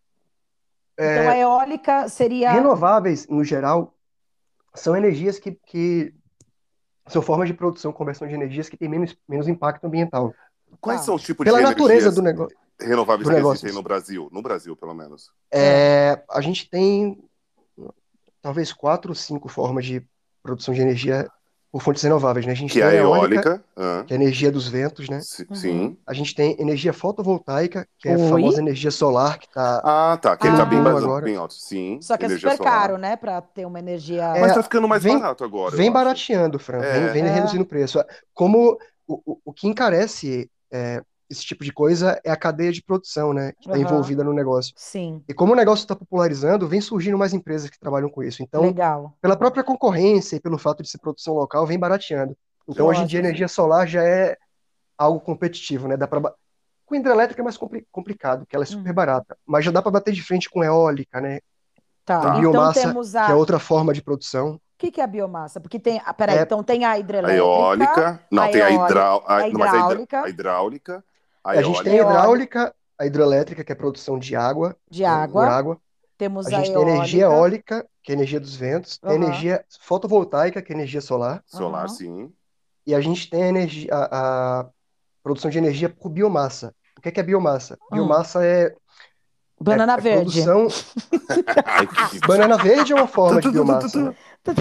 Então a
É,
eólica seria.
renováveis, no geral, são energias que são formas de produção, conversão de energias que têm menos impacto ambiental.
Quais
Tá.
são os tipos de
Pela natureza
energias
do
renováveis que
negócio em
existem no
si.
Brasil? No Brasil, pelo menos.
É.
A gente tem talvez 4 ou 5 formas de produção de energia por fontes renováveis, né? A gente
Que é
tem
a
a eólica,
eólica.
que é a energia dos ventos, né?
Uhum.
Sim.
A gente tem energia fotovoltaica, que é a
Oi?
famosa energia solar, que está
Ah, tá. Que ele tá
no
bem,
boom
Ah,
agora.
bem alto. Sim,
só que é
energia
super
solar.
caro, né, para ter uma energia.
Mas
É,
tá ficando mais
vem,
barato agora, eu
vem
acho.
barateando, Fran, vem
É.
É.
reduzindo o preço. Como o que encarece esse tipo de coisa é a cadeia de produção, né, que está
Aham.
envolvida no negócio.
Sim,
E como o negócio está popularizando, vem surgindo mais empresas que trabalham com isso. Então,
legal.
pela própria concorrência e pelo fato de ser produção local, vem barateando. Então, hoje em dia, a
Lógico.
energia solar já é algo competitivo, né? Com hidrelétrica é mais complicado, porque ela é super
Uhum.
barata. Mas já dá para bater de frente com eólica, né?
Tá.
Com
Tá.
Então
biomassa,
temos
que é
a.
outra forma de produção.
O que que é a biomassa? Porque tem. Peraí,
É,
então tem a
A
hidrelétrica,
eólica. Não,
a
tem a
eólica,
hidral...
a
Não, mas a
hidráulica,
hidráulica, a
a gente tem a
eólica.
eólica
hidráulica, a hidrelétrica, que é produção de água,
de
por
água,
água. A
temos a
gente tem a energia
eólica.
eólica, que é a energia dos ventos. Tem a
Aham,
energia fotovoltaica, que é a energia solar.
Solar,
aham.
sim.
E a gente tem a produção de energia por biomassa. O que é biomassa?
Hum.
Biomassa é, é,
Banana
é
verde.
produção.
Ai, que...
Banana verde é uma
Tu,
forma de
tu, tu, tu, tu,
biomassa,
tu.
né?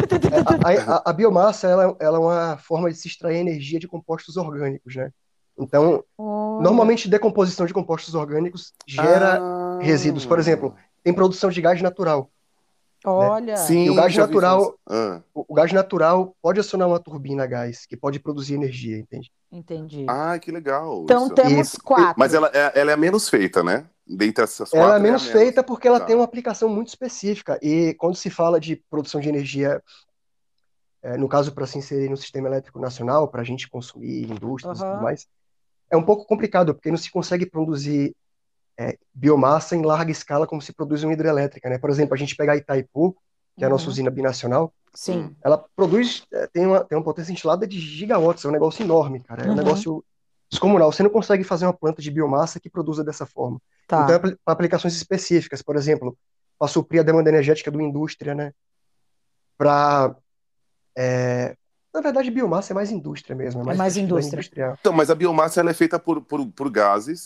A biomassa ela é uma forma de se extrair energia de compostos orgânicos, né? Então,
Olha,
normalmente, decomposição de compostos orgânicos gera resíduos. Por exemplo,
Ah,
tem produção de gás natural, né?
olha,
E
sim, já vi falar. Ah,
o gás natural pode acionar uma turbina a gás, que pode produzir energia, entende?
entendi.
ah, que legal
Então
isso.
E
temos
Mas
quatro.
ela é a menos feita, né? Dentre essas
ela é
quatro, é a
menos feita
menos.
porque ela tem
Tá.
uma aplicação muito específica. E quando se fala de produção de energia no caso, para se inserir no sistema elétrico nacional, para a gente consumir indústrias e tudo
Aham.
mais, é um pouco complicado, porque não se consegue produzir biomassa em larga escala como se produz uma hidrelétrica, né? Por exemplo, a gente pegar Itaipu, que é a nossa
Uhum.
usina binacional,
Sim.
ela produz, tem uma potência instalada de gigawatts, é um negócio enorme, cara, é um
Uhum.
negócio descomunal. Você não consegue fazer uma planta de biomassa que produza dessa forma. Então, é
Tá.
para aplicações específicas, por exemplo, para suprir a demanda energética do indústria, né? Para, na verdade, biomassa é mais indústria mesmo, é
É
mais para
mais
atividade
indústria.
industrial.
Então, mas a biomassa ela é feita por gases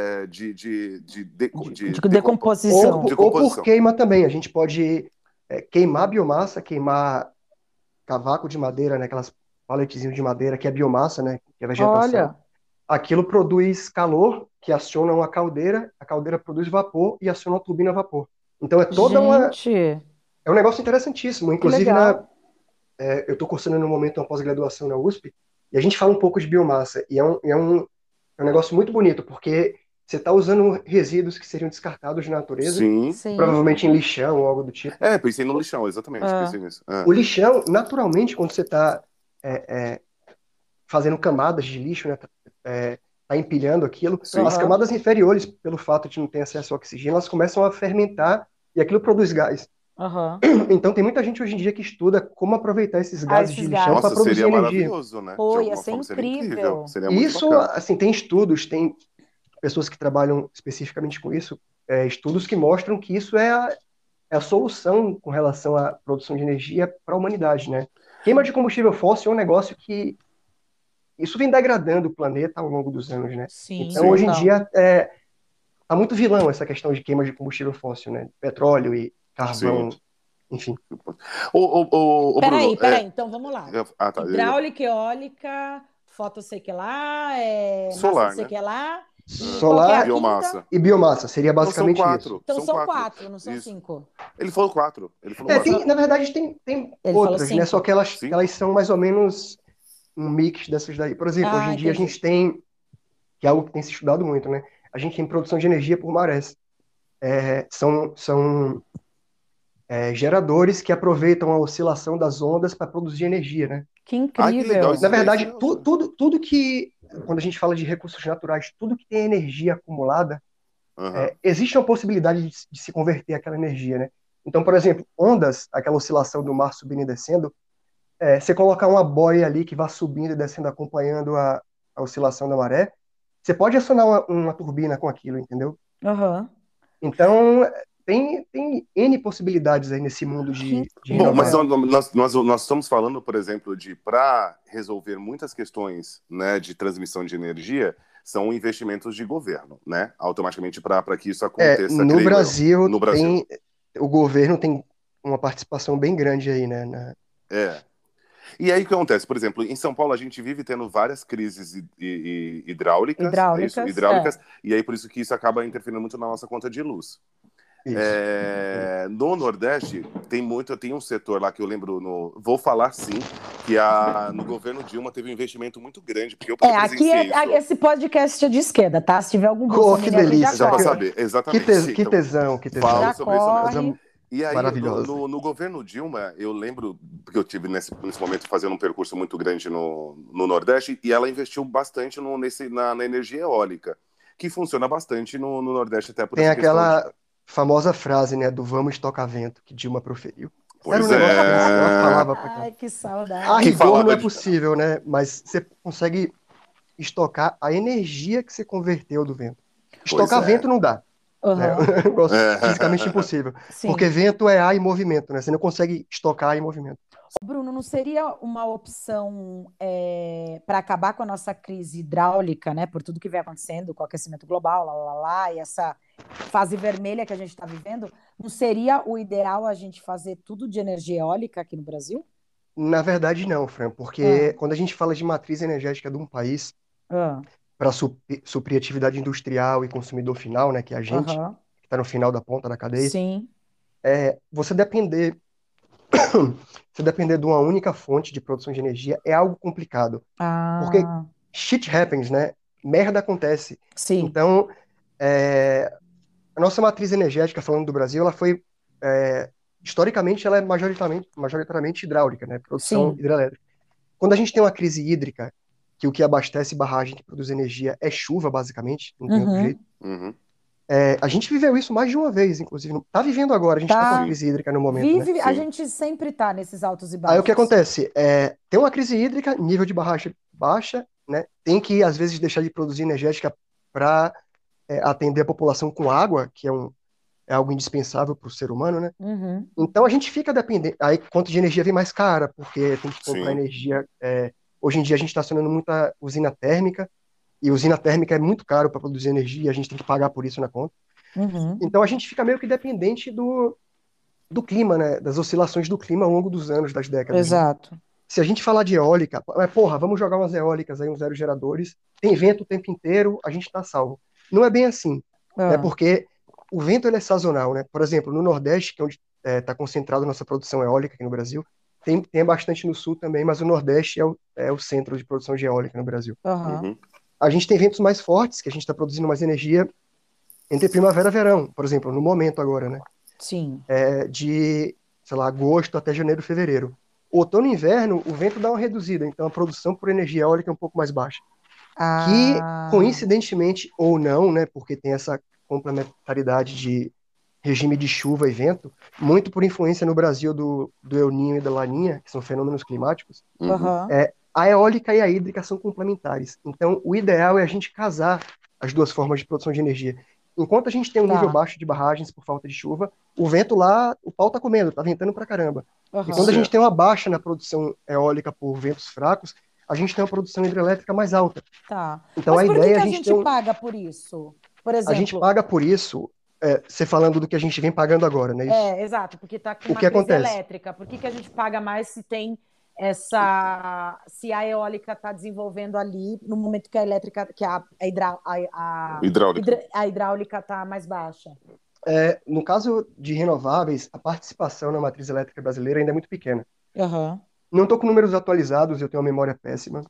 De
Ou,
decomposição.
ou por
decomposição.
queima também. A gente pode queimar biomassa, queimar cavaco de madeira, né? Aquelas paletezinhos de madeira, que é biomassa, né? Que é vegetação.
Olha,
Aquilo produz calor, que aciona uma caldeira, a caldeira produz vapor e aciona uma turbina a vapor. Então
gente,
é um negócio interessantíssimo.
que
Inclusive,
legal.
eu estou cursando no momento uma pós-graduação na USP, e a gente fala um pouco de biomassa, e é um negócio muito bonito, porque você está usando resíduos que seriam descartados na natureza,
Sim.
Sim.
provavelmente em lixão ou algo do tipo.
Pensei no lixão, exatamente.
Ah,
Pensei nisso.
O lixão, naturalmente, quando você está fazendo camadas de lixo, né, tá empilhando aquilo,
Sim.
as
aham.
camadas inferiores, pelo fato de não ter acesso ao oxigênio, elas começam a fermentar e aquilo produz gás.
Aham.
Então tem muita gente hoje em dia que estuda como aproveitar esses
Ah,
gases de
esses
lixão para
Nossa,
gases.
produzir
seria
energia.
maravilhoso, né? De
Pô, ia
alguma
ser
forma seria incrível.
incrível.
Seria
E
muito
isso,
bacana.
assim, tem estudos, tem pessoas que trabalham especificamente com isso, estudos que mostram que isso é a solução com relação à produção de energia para a humanidade, né? Queima de combustível fóssil é um negócio que isso vem degradando o planeta ao longo dos anos, né?
Sim,
Então,
Sim.
hoje em
total.
dia, tá muito vilão essa questão de queima de combustível fóssil, né? Petróleo e
Sim.
carvão, enfim.
Ô, Bruno,
Peraí, então vamos lá.
tá.
Hidráulica, eólica, foto sei que lá, massa
Solar,
sei
né?
que lá. E qual que é a
Solar
quinta?
Biomassa.
e biomassa seria
Então são
basicamente isso.
quatro.
Então
São
são
quatro.
quatro, não são
Isso.
cinco.
Ele falou quatro. Ele falou quatro.
Ele
Na
falou,
verdade, tem
ele falou
outras, né? Só
cinco.
que elas
Cinco?
são mais ou menos um mix dessas daí. Por exemplo, hoje
Ah,
em dia a
entendi.
gente tem, que é algo que tem se estudado muito, né? A gente tem produção de energia por marés. São geradores que aproveitam a oscilação das ondas para produzir energia, né?
Que
Ai, que legal.
incrível.
Na
Isso
verdade,
eu sei.
tudo que, quando a gente fala de recursos naturais, tudo que tem energia acumulada,
Aham.
existe uma possibilidade de se converter aquela energia, né? Então, por exemplo, ondas, aquela oscilação do mar subindo e descendo, você colocar uma boia ali que vá subindo e descendo, acompanhando a oscilação da maré, você pode acionar uma turbina com aquilo, entendeu?
Aham.
Então, tem N possibilidades aí nesse mundo
Que
de
Bom, mas
renovável.
incrível.
nós estamos falando, por exemplo, de para resolver muitas questões, né, de transmissão de energia, são investimentos de governo, né? Automaticamente para que isso aconteça,
No
creio eu,
Brasil,
no Brasil.
o governo tem uma participação bem grande aí, né?
É. E aí o que acontece? Por exemplo, em São Paulo a gente vive tendo várias crises hidráulicas, é isso?
Hidráulicas,
Hidráulicas, e aí por isso que isso acaba interferindo muito na nossa conta de luz.
Isso.
No Nordeste tem um setor lá que eu lembro vou falar sim que no governo Dilma teve um investimento muito grande porque eu
Aqui
presenciei isso
esse podcast é de esquerda, tá? Se tiver algum
Oh, que
bolsominion aqui, já
já para
delícia!
corre.
saber exatamente.
Que
Então
tesão, que
falo
tesão.
Já
sobre isso mesmo.
Coisa
corre.
E aí
maravilhosa.
no governo Dilma eu lembro porque eu tive nesse momento fazendo um percurso muito grande no Nordeste e ela investiu bastante na energia eólica que funciona bastante no Nordeste até por
Tem
essa questão de.
aquela famosa frase, né, do vamos tocar vento, que Dilma proferiu. Era um
Pois
negócio desse, ela
é.
falava pra cá.
Ai, que
A
saudade.
Que
rigor não
falava
é
de.
possível, né? Mas você consegue estocar a energia que você converteu do vento.
Pois
Estocar
é.
vento não dá, né?
Aham.
É um negócio fisicamente
É.
impossível. Porque
Sim.
vento é ar em movimento, né? Você não consegue estocar ar em movimento.
Bruno, não seria uma opção para acabar com a nossa crise hidráulica, né? Por tudo que vem acontecendo com o aquecimento global, e essa fase vermelha que a gente está vivendo, não seria o ideal a gente fazer tudo de energia eólica aqui no Brasil?
Na verdade, não, Fran,
Ah,
porque quando a gente fala de matriz energética de um país,
ah,
para suprir atividade industrial e consumidor final, né, que é a gente,
aham.
que está no final da ponta da cadeia,
Sim.
você depender, você depender de uma única fonte de produção de energia é algo complicado, porque
Ah,
shit happens, né? Merda acontece.
sim.
Então, a nossa matriz energética, falando do Brasil, ela foi historicamente, ela é majoritariamente hidráulica, né? Produção
Sim.
hidrelétrica. Quando a gente tem uma crise hídrica, que o que abastece barragem, que produz energia, é chuva, basicamente, não tem outro
Uhum.
jeito.
Uhum.
A gente viveu isso mais de uma vez, inclusive. Tá vivendo agora, a gente está com a
Tá.
Sim,
crise hídrica no momento, né?
Vive, a
sim.
gente sempre tá nesses altos e
Aí o que
baixos.
acontece? Tem uma crise hídrica, nível de barragem baixa, né? Tem que, às vezes, deixar de produzir energética para atender a população com água, que é algo indispensável para o ser humano, né?
Uhum.
Então a gente fica dependente. Aí a conta de energia vem mais cara, porque tem que comprar
Sim.
energia. Hoje em dia a gente está acionando muita usina térmica, e usina térmica é muito caro para produzir energia, a gente tem que pagar por isso na conta.
Uhum.
Então a gente fica meio que dependente do clima, né? Das oscilações do clima ao longo dos anos, das décadas, né?
Exato.
Se a gente falar de eólica, porra, vamos jogar umas eólicas aí, uns aerogeradores, tem vento o tempo inteiro, a gente está salvo. Não é bem assim, né?
Ah.
Porque o vento ele é sazonal, né? Por exemplo, no Nordeste, que é onde está concentrada a nossa produção eólica aqui no Brasil, tem bastante no Sul também, mas o Nordeste é o centro de produção de eólica no Brasil.
Aham.
Uhum.
A gente tem ventos mais fortes, que a gente está produzindo mais energia entre primavera e verão, por exemplo, no momento agora, né?
Sim.
De, sei lá, agosto até janeiro, fevereiro. Outono e inverno, o vento dá uma reduzida, então a produção por energia eólica é um pouco mais baixa. Que,
Ah.
coincidentemente ou não, né, porque tem essa complementaridade de regime de chuva e vento, muito por influência no Brasil do El Niño e da Laninha, que são fenômenos climáticos,
Uhum.
Aham.
a eólica e a hídrica são complementares. Então, o ideal é a gente casar as duas formas de produção de energia. Enquanto a gente tem um nível
Tá.
baixo de barragens por falta de chuva, o vento lá, o pau tá comendo, tá ventando pra caramba. E quando
Aham.
a gente
Certo.
tem uma baixa na produção eólica por ventos fracos, a gente tem uma produção hidrelétrica mais alta.
Tá.
Então
Mas
a
por que
ideia é
que
a
a
gente ter
gente
um.
paga por isso? Por
A gente
exemplo,
paga por isso, você falando do que a gente vem pagando agora, né? Isso.
exato, porque está com
O
uma
que
crise
acontece?
elétrica. Por que que a gente paga mais se tem essa, se a eólica está desenvolvendo ali no momento que a elétrica, que
Hidráulica.
a hidráulica está mais baixa?
No caso de renováveis, a participação na matriz elétrica brasileira ainda é muito pequena.
Aham.
Não estou com números atualizados, eu tenho uma memória péssima,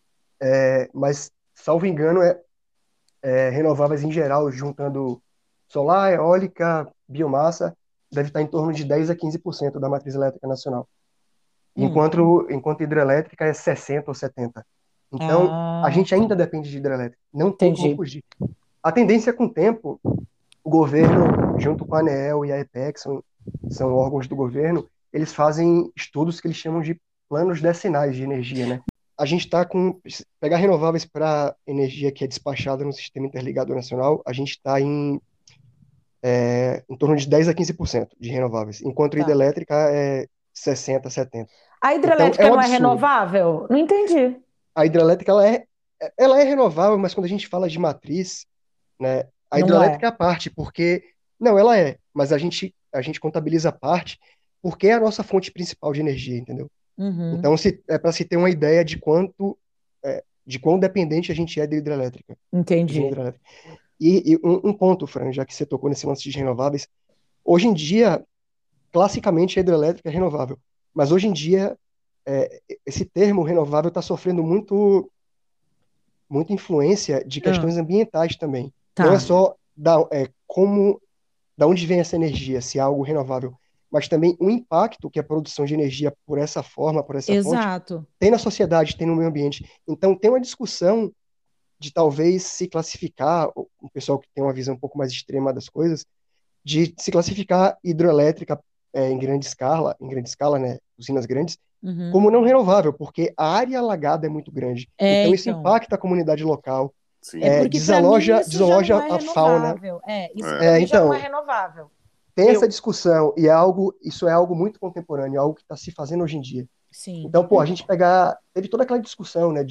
mas, salvo engano, renováveis em geral, juntando solar, eólica, biomassa, deve estar em torno de 10 a 15% da matriz elétrica nacional.
Hum.
Enquanto hidrelétrica é 60 ou 70. Então, a
Ah,
gente ainda depende de hidrelétrica. Não tem como
entendi.
fugir. A tendência é com o tempo, o governo, junto com a ANEEL e a EPEC, são órgãos do governo, eles fazem estudos que eles chamam de planos decenais de energia, né? A gente está com. Pegar renováveis para energia que é despachada no Sistema Interligado Nacional, a gente está em torno de 10 a 15% de renováveis, enquanto a
Tá.
hidrelétrica é 60, 70.
A
Então, é
hidrelétrica
um
não é
absurdo.
renovável? Não entendi.
A hidrelétrica, ela é renovável, mas quando a gente fala de matriz, né, a
Não é.
hidrelétrica é a parte, porque. Não, ela é, mas a gente contabiliza a parte porque é a nossa fonte principal de energia, entendeu?
Uhum.
Então, é para se ter uma ideia de quão dependente a gente é da hidrelétrica, usina
Entendi.
hidrelétrica. E um ponto, Fran, já que você tocou nesse lance de renováveis, hoje em dia, classicamente, a hidrelétrica é renovável, mas hoje em dia, esse termo renovável está sofrendo muita influência de
Ah,
questões ambientais também. Não é
tá.
só da onde vem essa energia, se é algo renovável, mas também o impacto que a produção de energia por essa forma, por essa fonte,
Exato.
tem na sociedade, tem no meio ambiente. Então, tem uma discussão de talvez se classificar, o pessoal que tem uma visão um pouco mais extrema das coisas, de se classificar hidroelétrica em grande escala, né, usinas grandes,
Uhum.
como não renovável, porque a área alagada é muito grande. Então, isso
Então.
impacta a comunidade local,
É
Sim.
porque para mim isso já não
desaloja
é
a fauna.
renovável. Isso para
É.
mim já não é
Então,
renovável.
tem essa
Eu,
discussão e isso é algo muito contemporâneo, algo que está se fazendo hoje em dia.
sim.
Então, pô, a gente teve toda aquela discussão, né,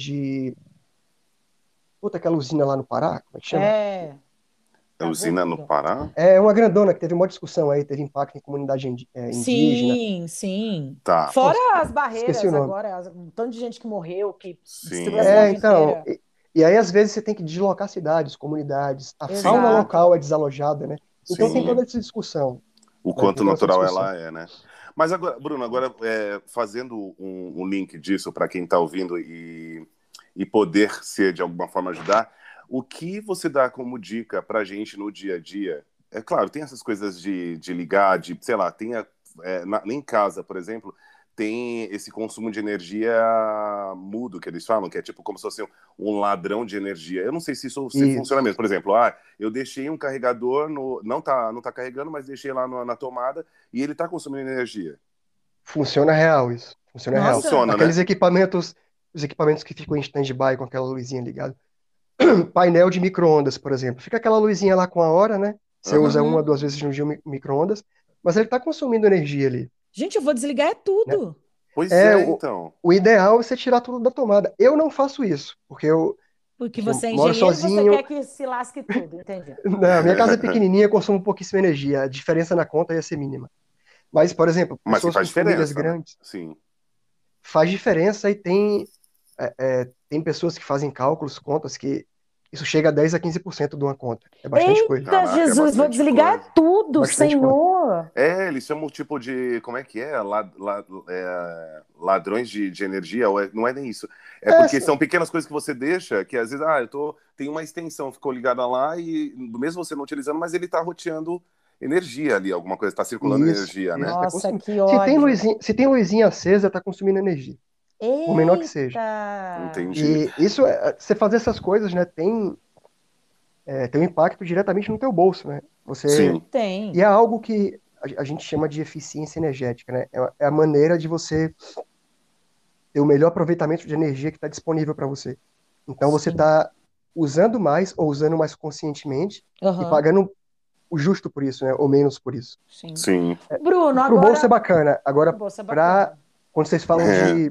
puta, aquela usina lá no Pará, como é que chama?
É,
A
cagou
usina no
tudo.
Pará?
É uma grandona que teve uma discussão aí, teve impacto em comunidade indígena.
Sim, sim.
Tá.
Pô,
Fora as
esqueci o
barreiras
nome.
agora, um tanto de gente que morreu, que destruiu a
Sim.
cidade
Então,
inteira.
e aí às vezes você tem que deslocar cidades, comunidades, a fauna
Sim.
Exato.
local é desalojada, né? Então tem
Sim.
toda essa discussão,
O
né?
quanto
Tem toda essa
natural
discussão.
ela é, né? Mas agora, Bruno, agora fazendo um link disso para quem está ouvindo e poder ser de alguma forma ajudar, o que você dá como dica para a gente no dia a dia? É claro, tem essas coisas de ligar, de, sei lá, em casa, por exemplo, tem esse consumo de energia mudo, que eles falam, que é tipo como se fosse um ladrão de energia. Eu não sei se isso funciona mesmo. Por exemplo, eu deixei um carregador, não tá carregando, mas deixei lá na tomada e ele tá consumindo energia.
Funciona real isso. Funciona real.
Funciona,
Aqueles
né?
equipamentos, os equipamentos que ficam em stand-by com aquela luzinha ligada. Painel de micro-ondas, por exemplo. Fica aquela luzinha lá com a hora, né? Você usa uma, 2 vezes no dia o micro-ondas, mas ele tá consumindo energia ali,
Gente, eu vou desligar
né?
tudo.
Pois
O,
então.
o ideal é você tirar tudo da tomada. Eu não faço isso, porque eu
Porque você é
moro
engenheiro e você
sozinho.
quer que se lasque tudo, entendi.
Não, minha casa é pequenininha, consumo pouquíssima energia. A diferença na conta ia ser mínima. Mas, por exemplo,
Mas que
pessoas com
faz
famílias
diferença, né?
grandes,
Sim.
faz diferença e tem pessoas que fazem cálculos, contas, que isso chega a 10 a 15% de uma conta. É bastante coisa.
Eita,
Caraca, é
Jesus, vou
bastante
desligar
coisa.
tudo,
Bastante coisa.
Senhor.
Eles chamam o tipo de. Como é que é? Ladrões de energia? Ou não é nem isso. É porque são pequenas coisas que você deixa, que às vezes, tem uma extensão, ficou ligada lá, e mesmo você não utilizando, mas ele tá roteando energia ali, alguma coisa, tá circulando energia, né?
Nossa, que
Se tem luzinha acesa, tá consumindo energia. Por menor que seja.
Entendi.
E isso, você fazer essas coisas, né, tem um impacto diretamente no teu bolso, né?
Sim.
Tem.
E é algo que a gente chama de eficiência energética, né? É a maneira de você ter o melhor aproveitamento de energia que está disponível para você. Então você está usando mais ou usando mais conscientemente e pagando o justo por isso, né? Ou menos por isso.
Sim.
Bruno,
pro bolso é bacana. Agora, quando vocês falam de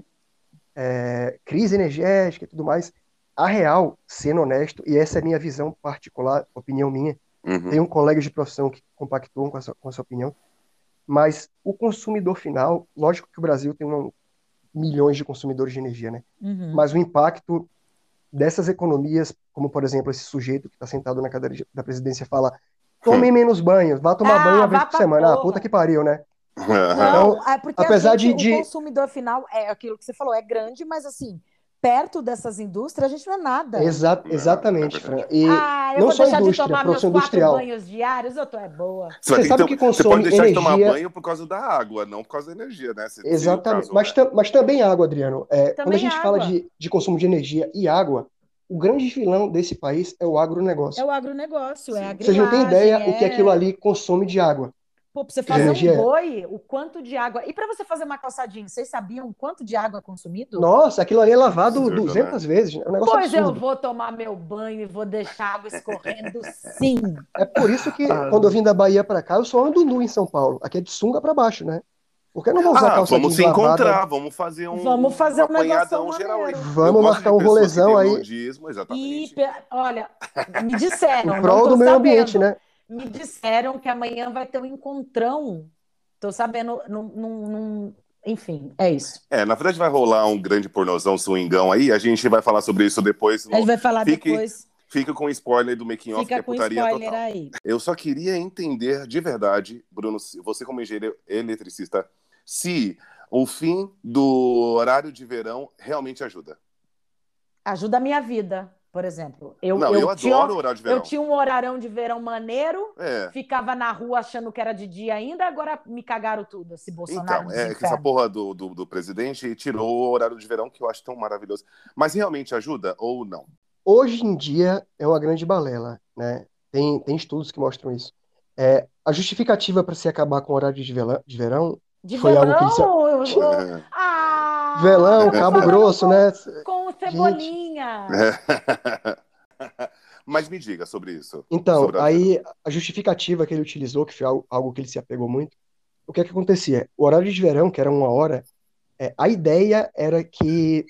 crise energética e tudo mais, a real, sendo honesto, e essa é a minha visão particular, opinião minha, tem um colega de profissão que compactuou com essa opinião, mas o consumidor final, lógico que o Brasil tem milhões de consumidores de energia, né? Mas o impacto dessas economias, como por exemplo esse sujeito que está sentado na cadeira da presidência fala, tomem menos banhos, vá tomar banho uma vez por semana. Puta que pariu, né?
Não, porque
apesar
o consumidor final é aquilo que você falou, é grande, mas assim, perto dessas indústrias, a gente não é nada.
Exatamente, Fran. E
eu
não
vou
só
deixar
indústria,
de tomar meus 4
industrial.
banhos diários, eu tô boa.
Você sabe que consome
você pode deixar
energia...
de tomar banho por causa da água, não por causa da energia, né?
Exatamente. Mas também água, Adriano. Quando a gente fala de consumo de energia e água, o grande vilão desse país é o agronegócio.
É o agronegócio, é a
Vocês não têm ideia o que aquilo ali consome de água.
Pô, pra você fazer um boi, o quanto de água... E para você fazer uma calçadinha, vocês sabiam o quanto de água é consumido?
Nossa, aquilo ali é lavado absurdo, 200 vezes. É um negócio
pois
absurdo.
Eu vou tomar meu banho e vou deixar água escorrendo, sim.
É por isso que, quando eu vim da Bahia para cá, eu só ando nu em São Paulo. Aqui é de sunga para baixo, né? Porque eu não vou usar calça
jeans lavada. Vamos se encontrar, vamos fazer um apanhadão geral aí.
Vamos marcar um rolezão aí.
Exatamente.
Olha, me disseram,
em prol do meio ambiente, né?
Me disseram que amanhã vai ter um encontrão. Tô sabendo, enfim, é isso.
Na verdade vai rolar um grande pornozão, swingão aí, a gente vai falar sobre isso depois.
A gente vai falar depois.
Fica com spoiler do making off, que é putaria total.
Aí.
Eu só queria entender de verdade, Bruno, você como engenheiro eletricista, se o fim do horário de verão realmente ajuda.
Ajuda a minha vida, por exemplo. Eu
adoro o horário de verão.
Eu tinha um horarão de verão maneiro, ficava na rua achando que era de dia ainda, agora me cagaram tudo, esse Bolsonaro.
Então, que essa porra do presidente tirou o horário de verão, que eu acho tão maravilhoso. Mas realmente ajuda ou não?
Hoje em dia é uma grande balela, né? Tem estudos que mostram isso. A justificativa para se acabar com o horário de verão foi algo que velão, Cabo Grosso, né?
Com cebolinha.
Mas me diga sobre isso.
Então, aí a justificativa que ele utilizou, que foi algo que ele se apegou muito, o que acontecia? O horário de verão, que era 1 hora, a ideia era que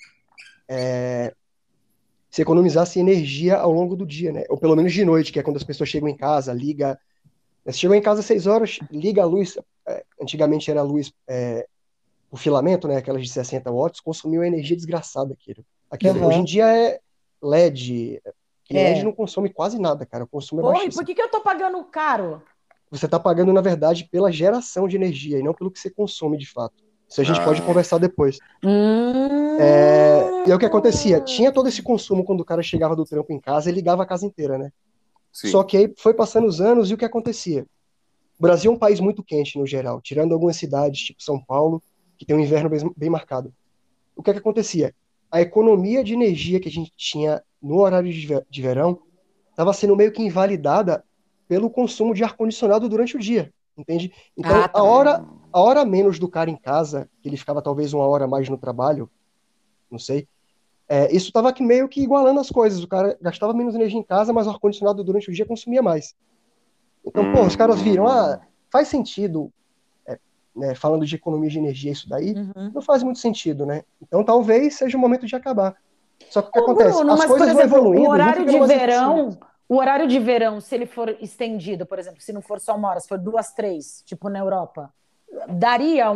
se economizasse energia ao longo do dia, né? Ou pelo menos de noite, que é quando as pessoas chegam em casa, liga... Você chegou em casa às 6 horas, liga a luz, antigamente era a luz por filamento, né? Aquelas de 60 watts, consumiu energia desgraçada aquilo. Hoje em dia é LED, LED não consome quase nada, cara, o consumo é baixíssimo.
E por que eu tô pagando caro?
Você tá pagando, na verdade, pela geração de energia e não pelo que você consome de fato. Isso a gente pode conversar depois. E é o que acontecia, tinha todo esse consumo quando o cara chegava do trampo em casa e ligava a casa inteira, né? Sim. Só que aí foi passando os anos e o que acontecia? O Brasil é um país muito quente no geral, tirando algumas cidades, tipo São Paulo, que tem um inverno bem marcado. O que é que acontecia? A economia de energia que a gente tinha no horário de verão estava sendo meio que invalidada pelo consumo de ar-condicionado durante o dia, entende?
Ah,
Então, a
tá.
hora, a hora a menos do cara em casa, que ele ficava talvez uma hora a mais no trabalho, não sei, isso estava meio que igualando as coisas. O cara gastava menos energia em casa, mas o ar-condicionado durante o dia consumia mais. Então, pô, os caras viram,
Hum.
faz sentido, né, falando de economia de energia, isso daí,
Uhum.
não faz muito sentido, né? Então, talvez seja o momento de acabar. Só que o que
Ô,
acontece?
Bruno,
As
mas, por
coisas vão
exemplo,
evoluindo e vão ficando mais eficientes.
o horário de verão, se ele for estendido, por exemplo, se não for só uma hora, se for 2, 3, tipo na Europa, daria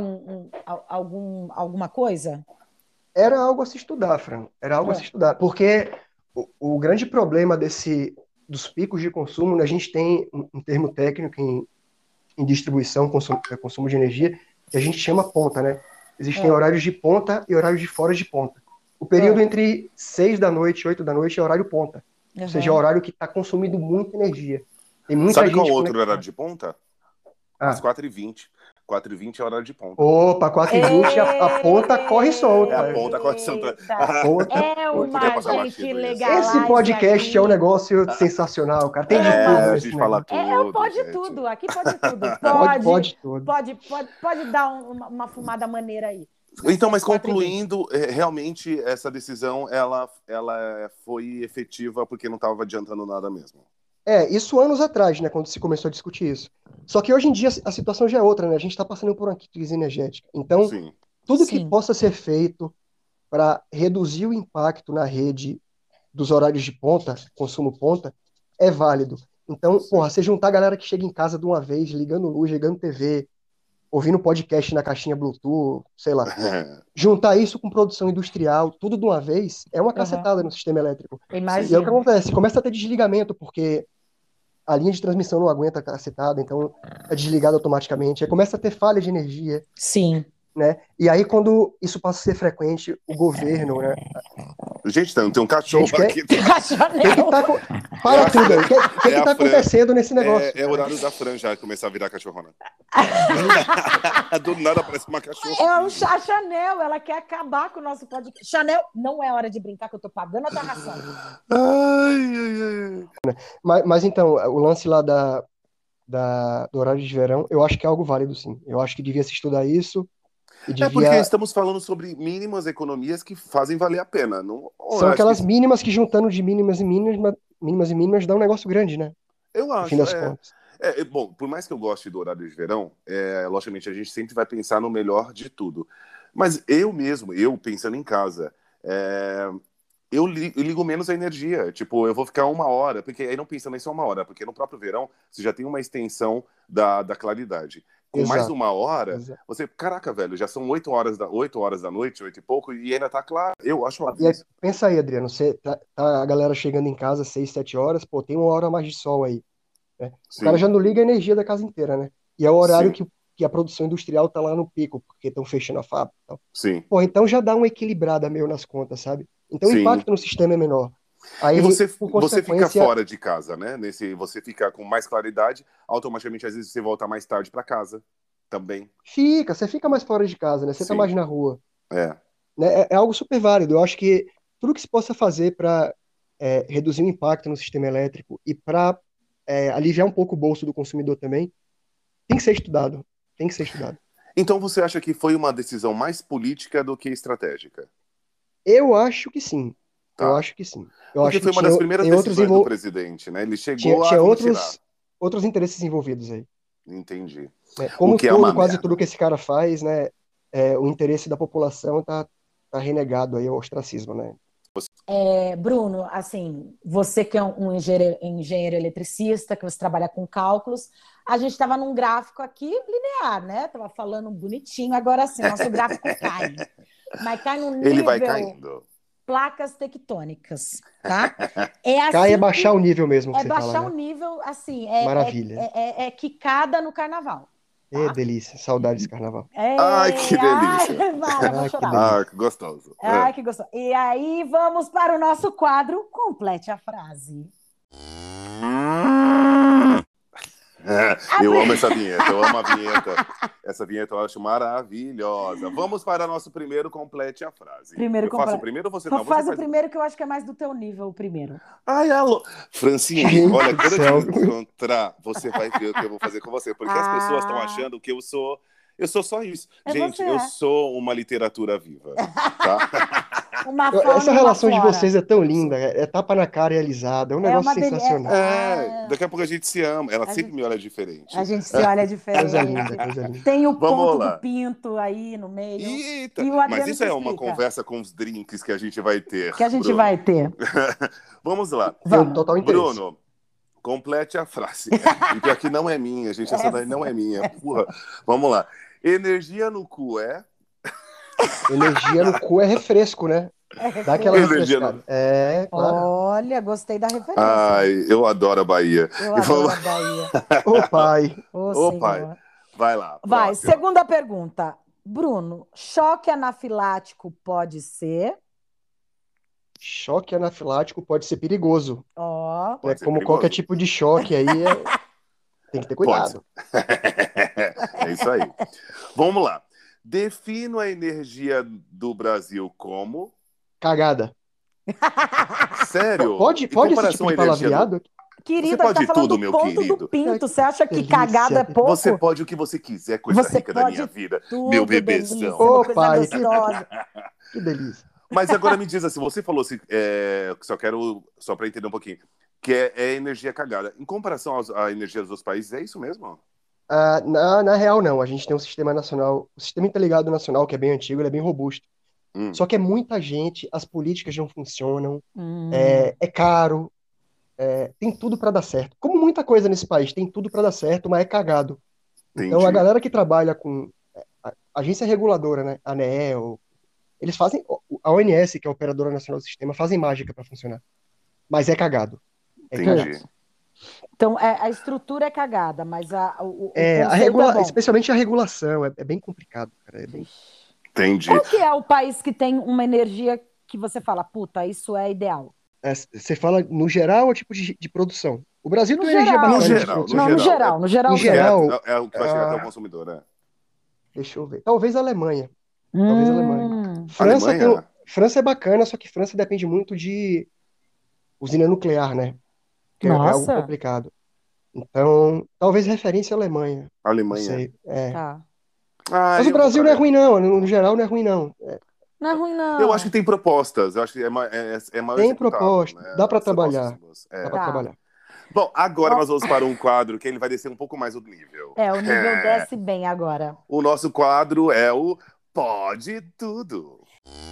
alguma coisa?
Era algo a se estudar, Fran. Era algo a se
É.
estudar. Porque o grande problema dos picos de consumo, né, a gente tem um termo técnico em distribuição, consumo de energia, que a gente chama ponta, né? Existem
É.
horários de ponta e horários de fora de ponta. O período
É.
entre 6 da noite e 8 da noite é horário ponta. Ou seja, é o
Uhum.
horário que está consumindo muita energia. Tem muita
Sabe qual
gente
outro horário
conectada.
de ponta? Às
Ah,
4h20. 4h20 é horário de ponta.
opa, 4h20, a ponta corre
É a
solta.
ponta correção.
A
Eita!
ponta.
É
Não podia
uma
passar
gente
batido isso.
Esse
legalize
podcast é um
aqui.
negócio sensacional, cara. Tem de
É uma.
tudo
É, a
nesse
gente fala
negócio.
tudo,
Pode
gente.
tudo, aqui pode tudo.
Pode tudo.
Pode dar uma fumada maneira aí.
Então,
Assim,
mas
4h20.
concluindo, realmente essa decisão ela foi efetiva porque não estava adiantando nada mesmo.
Isso anos atrás, né, quando se começou a discutir isso. Só que hoje em dia a situação já é outra, né? A gente está passando por uma crise energética. Então,
Sim.
tudo que
Sim.
possa ser feito para reduzir o impacto na rede dos horários de ponta, consumo ponta, é válido. Então, porra,
Sim.
você juntar a galera que chega em casa de uma vez, ligando luz, ligando TV, ouvindo podcast na caixinha Bluetooth, sei lá, juntar isso com produção industrial, tudo de uma vez, é uma
Uhum.
cacetada no sistema elétrico.
Sim.
E é o que
Imagino.
acontece, começa a ter desligamento, porque a linha de transmissão não aguenta a cacetada, então é desligado automaticamente. Aí começa a ter falha de energia,
Sim.
né? E aí, quando isso passa a ser frequente, o governo, né?
Gente, tem um cachorro
Gente,
aqui.
A
que é que
Chanel.
tá...
É
Para
a,
tudo aí. Que
é a
tá
Fran.
acontecendo nesse negócio?
É o
Cara?
horário da Fran já começar a virar cachorrona. Do nada parece uma cachorra.
A Chanel, ela quer acabar com o nosso podcast. Chanel, não é hora de brincar que eu tô pagando a tua ração.
Ai.
Mas então, o lance lá do horário de verão, eu acho que é algo válido, sim. Eu acho que devia se estudar isso e
É porque
devia.
estamos falando sobre mínimas economias que fazem valer a pena. Não, eu
São
acho que
aquelas mínimas que juntando de mínimas e mínimas dá um negócio grande, né?
eu
No fim
acho,
das contas.
bom, por mais que eu goste do horário de verão, logicamente a gente sempre vai pensar no melhor de tudo. Mas eu mesmo, eu pensando em casa, é, eu ligo menos a energia. Tipo, eu vou ficar uma hora, porque aí não pensa nem só uma hora, porque no próprio verão você já tem uma extensão da claridade. Com mais
Exato.
uma hora,
Exato.
você, caraca, velho, já são 8 horas da noite, 8 e pouco, e ainda tá claro. Eu acho
E
óbvio
aí,
isso.
pensa aí, Adriano, você tá a galera chegando em casa 6, 7 horas, pô, tem uma hora a mais de sol aí, né? O cara
Sim,
já não liga a energia da casa inteira, né? E é o horário
sim,
que a produção industrial tá lá no pico, porque estão fechando a fábrica e tal.
sim,
Pô, então já dá uma equilibrada meio nas contas, sabe? Então o
sim.
impacto no sistema é menor.
E
Aí, por
você fica
consequência,
fora de casa, né? Você fica com mais claridade, automaticamente às vezes você volta mais tarde para casa também.
você fica mais fora de casa, né? Você tá
Sim,
mais na rua,
é.
né? É algo super válido. Eu acho que tudo que se possa fazer para reduzir o impacto no sistema elétrico e para aliviar um pouco o bolso do consumidor também, tem que ser estudado. Tem que ser estudado.
Então você acha que foi uma decisão mais política do que estratégica?
Eu acho que sim. Eu
Tá.
acho que sim. Eu
Porque
acho que
foi uma das primeiras
tem outros,
decisões do presidente, né? Ele chegou a
tinha
vamos tirar.
outros interesses envolvidos aí.
Entendi.
Né?
O
Como
que é uma
tudo, quase tudo
merda.
que esse cara faz, né? O interesse da população tá renegado aí ao ostracismo, né?
Bruno, assim, você que é um engenheiro eletricista, que você trabalha com cálculos, a gente estava num gráfico aqui linear, né? Tava falando bonitinho, agora sim, nosso gráfico cai. Mas cai no
Ele vai
nível
caindo.
placas tectônicas, tá? É
Cai é
assim
baixar
que
o nível mesmo que
é
você fala,
baixar o
né?
nível, assim,
Maravilha.
é quicada no carnaval, tá?
Delícia. Saudades desse carnaval.
Ai, que
Ai,
delícia.
para, vou
Que
chorar.
Ah,
delícia.
que gostoso.
Ai, que gostoso. E aí, vamos para o nosso quadro Complete a Frase.
Eu amo essa vinheta, eu amo a vinheta. Essa vinheta eu acho maravilhosa. Vamos para nosso primeiro complete a frase. Eu faço o primeiro ou você não?
Faz
você
o primeiro que eu acho que é mais do teu nível, o primeiro.
Ai, alô. Francine,
Gente
olha,
do
quando
céu.
eu te encontrar, você vai ver o que eu vou fazer com você. Porque as pessoas estão achando que eu sou só isso. Gente,
você
eu
é.
sou uma literatura viva, tá?
Uma fauna
Essa
e uma
relação de
flora.
vocês é tão linda, é tapa na cara e alisada, é um
É
negócio
uma delícia.
sensacional.
Daqui a pouco a gente se ama. Ela
A
sempre
gente-
me olha diferente.
A gente se olha
Coisa linda,
diferente.
coisa linda.
Tem o
Vamos
ponto
lá.
do pinto aí no meio.
Eita,
E o
mas
Adriano
isso é uma
explica.
conversa com os drinks que a gente vai ter.
Que a gente
Bruno.
vai ter.
Vamos lá.
Tenho
Vamos.
total interesse.
Bruno, complete a frase. E pior que não é minha, gente. Essa daí não é minha. Porra. Vamos lá. Energia no cu é?
Energia no cu é refresco, né? Dá aquela
Energia
refrescada. É, claro.
Olha, gostei da referência.
Ai, eu adoro a Bahia.
Eu
E
adoro
vamos-
a Bahia.
Ô, pai.
Ô,
Ô,
Senhor.
pai. Vai lá.
Vai,
próxima.
segunda pergunta. Bruno, choque anafilático pode ser?
Choque anafilático pode ser perigoso.
Ó,
Pode ser
Como
perigoso.
qualquer tipo de choque aí, tem que ter cuidado.
É isso aí. Vamos lá. Defino a energia do Brasil como...
Cagada.
Sério?
Pode
Em
esse
comparação
tipo de
à energia do-
palavreado?
querido,
Você
a gente
pode
tá falando
tudo,
do
meu
ponto
querido.
do pinto. Você acha que
Delícia.
cagada é pouco?
Você pode o que você quiser, coisa
Você
rica da
pode
minha vida.
tudo,
meu
delícia,
bebezão.
uma
Ô,
coisa
pai.
gostosa.
Que delícia.
Mas agora me diz assim, você falou assim, só para entender um pouquinho, que é energia cagada. Em comparação à energia dos outros países, é isso mesmo?
Na real, não. A gente tem um sistema nacional, o sistema interligado nacional, que é bem antigo, ele é bem robusto. Só que é muita gente, as políticas não funcionam, é caro, tem tudo para dar certo. Como muita coisa nesse país, tem tudo para dar certo, mas é cagado. Então, a
Entendi.
galera que trabalha com a agência reguladora, né, a ANEEL, eles fazem, a ONS, que é a Operadora Nacional do Sistema, fazem mágica para funcionar. Mas é cagado. É cagado.
Entendi.
Então, a estrutura é cagada, mas o conceito é bom.
Especialmente a regulação, é bem complicado, cara.
Entendi.
Qual que é o país que tem uma energia que você fala, puta, isso é ideal?
Você fala no geral ou tipo de produção? O Brasil
No
tem energia
geral.
bacana
No
de
geral,
produção.
Não, no geral,
Em
geral.
geral,
É o que vai chegar até o consumidor, né?
Deixa eu ver. Talvez a Alemanha. Talvez a Alemanha.
Alemanha?
França é bacana, só que França depende muito de usina nuclear, né? Que é algo
Nossa.
complicado. Então, talvez referência à Alemanha. Não
Alemanha.
sei.
Tá.
Mas o Brasil não é ruim, não. No geral, não é ruim, não.
Não é ruim, não.
Eu acho que tem propostas. Eu acho que é mais
Tem
executável,
proposta.
né?
Dá para
As
trabalhar.
propostas.
Dá para
Tá.
trabalhar.
Bom, agora nós vamos para um quadro que ele vai descer um pouco mais o nível.
O nível desce bem agora.
O nosso quadro é o Pode Tudo.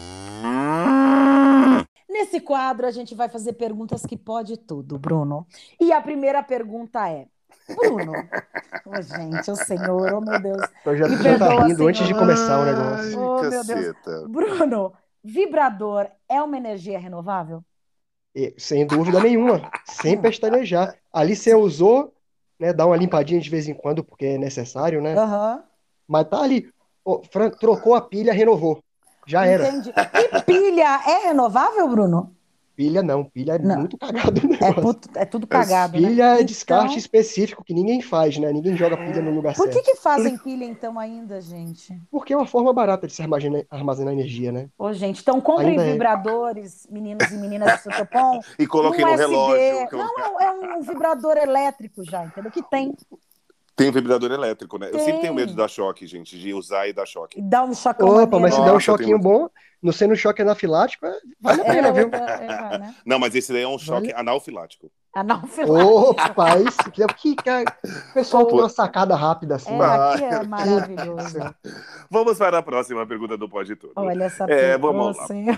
Nesse quadro, a gente vai fazer perguntas que pode tudo, Bruno. E a primeira pergunta é, Bruno, gente, o senhor, oh meu Deus.
Eu já,
Me
já tá
perdoa,
rindo antes de
senhor.
começar o negócio.
Ai,
Oh, meu Deus.
caceta.
Bruno, vibrador é uma energia renovável?
Sem dúvida nenhuma. Sem pestanejar. Ali você usou, né? Dá uma limpadinha de vez em quando, porque é necessário, né?
Aham.
Mas tá ali. Trocou a pilha, renovou. Já era.
Entendi. E pilha é renovável, Bruno?
Pilha não. Pilha é
Não.
muito cagado o negócio.
É tudo cagado, né?
Pilha é
Então,
descarte específico que ninguém faz, né? Ninguém joga pilha no lugar
por
certo.
que fazem pilha então ainda, gente?
Porque é uma forma barata de se armazenar energia, né?
Ô, gente, então comprem
Ainda é.
vibradores, meninos e meninas do Sotopom.
E coloquei
um
no
USB.
relógio.
Não, é um vibrador elétrico já, entendeu? Que tem.
Tem um vibrador elétrico, né? Eu sempre
Tem.
tenho medo de dar choque, gente, de usar e dar choque.
E dá um chocão
Opa,
maneiro,
mas se
né?
der um
Nossa, eu tenho
choquinho bom, não sendo choque anafilático, vale a pena, viu?
Vai, né?
Não, mas esse daí é um choque
Vale.
analfilático.
Anafilático.
Opa, isso o pessoal tem uma sacada rápida assim.
Aqui é maravilhoso.
Vamos para a próxima pergunta do Pode Tudo.
Olha essa
vamos lá.
assim.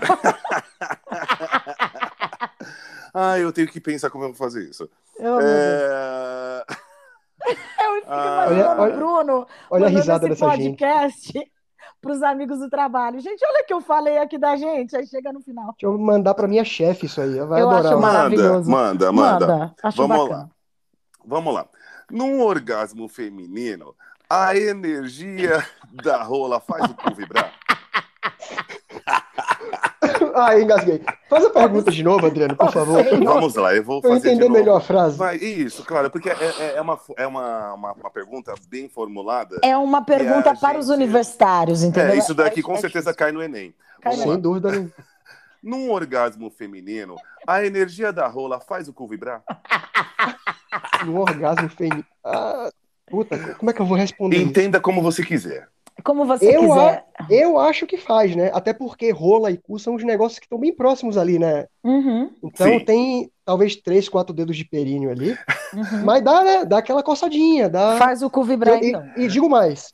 Eu tenho que pensar como eu vou fazer isso.
Oh, meu Deus. Eu fico imaginando o Bruno
Olha a
mandando
risada
esse
dessa gente.
podcast para os amigos do trabalho. Gente, olha o que eu falei aqui da gente. Aí chega no final.
Deixa eu mandar pra minha chefe isso aí. Ela vai
Eu
adorar.
acho maravilhoso.
Manda.
Acho
Vamos
bacana.
lá. Vamos lá. Num orgasmo feminino, a energia da rola faz o cu vibrar?
Engasguei. Faz a pergunta de novo, Adriano, por favor.
Vamos lá, eu vou
Pra eu
fazer de
entender
novo.
melhor a frase.
Isso, claro, porque é uma pergunta bem formulada.
É uma pergunta para os universitários, entendeu?
Isso daqui com certeza cai no Enem.
Sem dúvida nenhuma.
Num orgasmo feminino, a energia da rola faz o cu vibrar?
No orgasmo feminino. Puta, como é que eu vou responder isso?
Entenda como você quiser.
Como você quiser.
Eu acho que faz, né? Até porque rola e cu são os negócios que estão bem próximos ali, né?
Uhum.
Então
Sim.
tem talvez 3, 4 dedos de períneo ali. Mas dá, né? Dá aquela coçadinha.
Faz o cu vibrar, então.
E digo mais.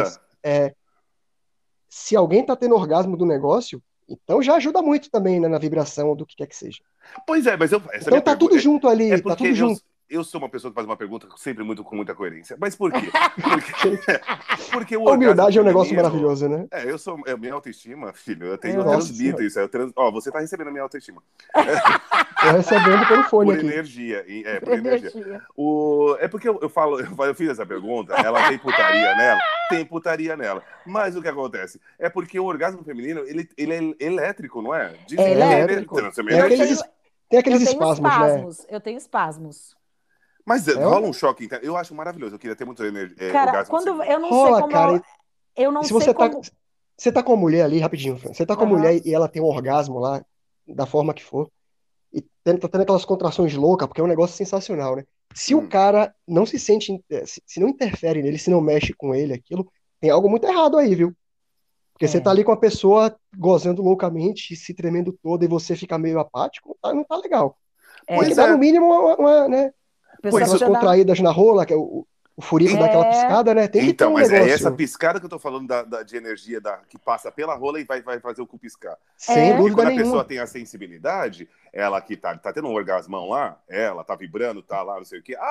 Se alguém tá tendo orgasmo do negócio, então já ajuda muito também, né, na vibração do que quer que seja.
Pois é, mas
então tá tudo junto ali, tá tudo junto.
Eu sou uma pessoa que faz uma pergunta sempre com muita coerência. Mas por quê? Porque o
A humildade é um
orgasmo
negócio
feminino,
maravilhoso, né?
Minha autoestima, filho, eu transmito isso. Você tá recebendo a minha autoestima.
Tô recebendo pelo fone
por
aqui.
Energia. Por energia. É porque eu fiz essa pergunta, ela tem putaria nela? Tem putaria nela. Mas o que acontece? É porque o orgasmo feminino, ele é elétrico, não é?
É elétrico.
Tem aqueles espasmos, né?
Eu tenho espasmos.
Mas rola um choque interno. Eu acho maravilhoso. Eu queria ter muito
cara,
orgasmo.
Quando eu não sei como...
Cara,
eu não
se
sei
você
como...
Você tá com a mulher ali, rapidinho, Fran. Você tá com a mulher e ela tem um orgasmo lá, da forma que for, e tá tendo aquelas contrações loucas, porque é um negócio sensacional, né? Se o cara não se sente... Se não interfere nele, se não mexe com ele, aquilo, tem algo muito errado aí, viu? Porque você tá ali com a pessoa gozando loucamente, se tremendo toda, e você fica meio apático, não tá legal. Tem que dar, no mínimo, né? Pessoas contraídas na rola, que é o furico daquela piscada, né? Tem que ter um negócio.
É essa piscada que eu tô falando de energia que passa pela rola e vai fazer o cu piscar.
Sem dúvida
quando
nenhuma.
A pessoa tem a sensibilidade, ela que tá tendo um orgasmão lá, ela tá vibrando, tá lá, não sei o quê.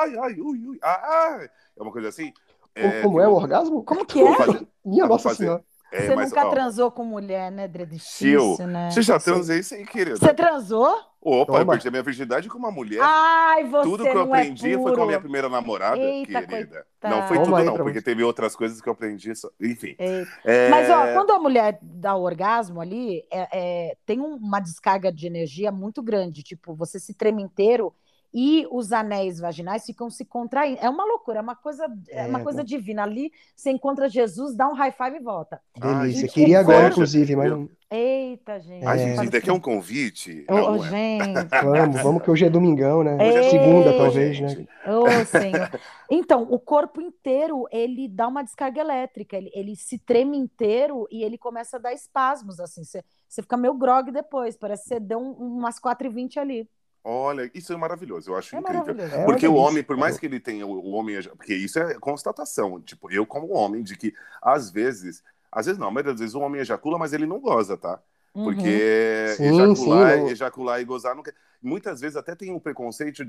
É uma coisa assim.
Como é o orgasmo?
Como que é?
Minha Nossa Senhora.
Você nunca transou com mulher, né, Dre? Difícil, né?
Você já transei sim, querida.
Você transou?
Opa, eu perdi a minha virgindade com uma mulher.
Ai, você
tudo que eu aprendi foi com a minha primeira namorada,
querida.
Coitada. Não foi tudo não, porque teve outras coisas que eu aprendi. Enfim.
Mas, quando a mulher dá o orgasmo ali, tem uma descarga de energia muito grande. Tipo, você se treme inteiro e os anéis vaginais ficam se contraindo. É uma loucura, é uma coisa divina. Ali você encontra Jesus, dá um high five e volta.
Delícia. Gente, queria agora, inclusive, mas não...
Eita, gente.
Gente, daqui é um convite.
Gente.
Vamos, que hoje é domingão, né? Segunda, talvez, né?
Senhor. Então, o corpo inteiro, ele dá uma descarga elétrica. Ele se treme inteiro e ele começa a dar espasmos, assim. Você fica meio grog depois. Parece que você deu umas 4h20 ali.
Olha, isso é maravilhoso, eu acho incrível.
Maravilhoso.
Porque o homem, por mais que ele tenha o homem, porque isso é constatação, tipo, eu como homem, de que às vezes não, mas às vezes o homem ejacula, mas ele não goza, tá? Porque ejacular e gozar não quer. Muitas vezes até tem o preconceito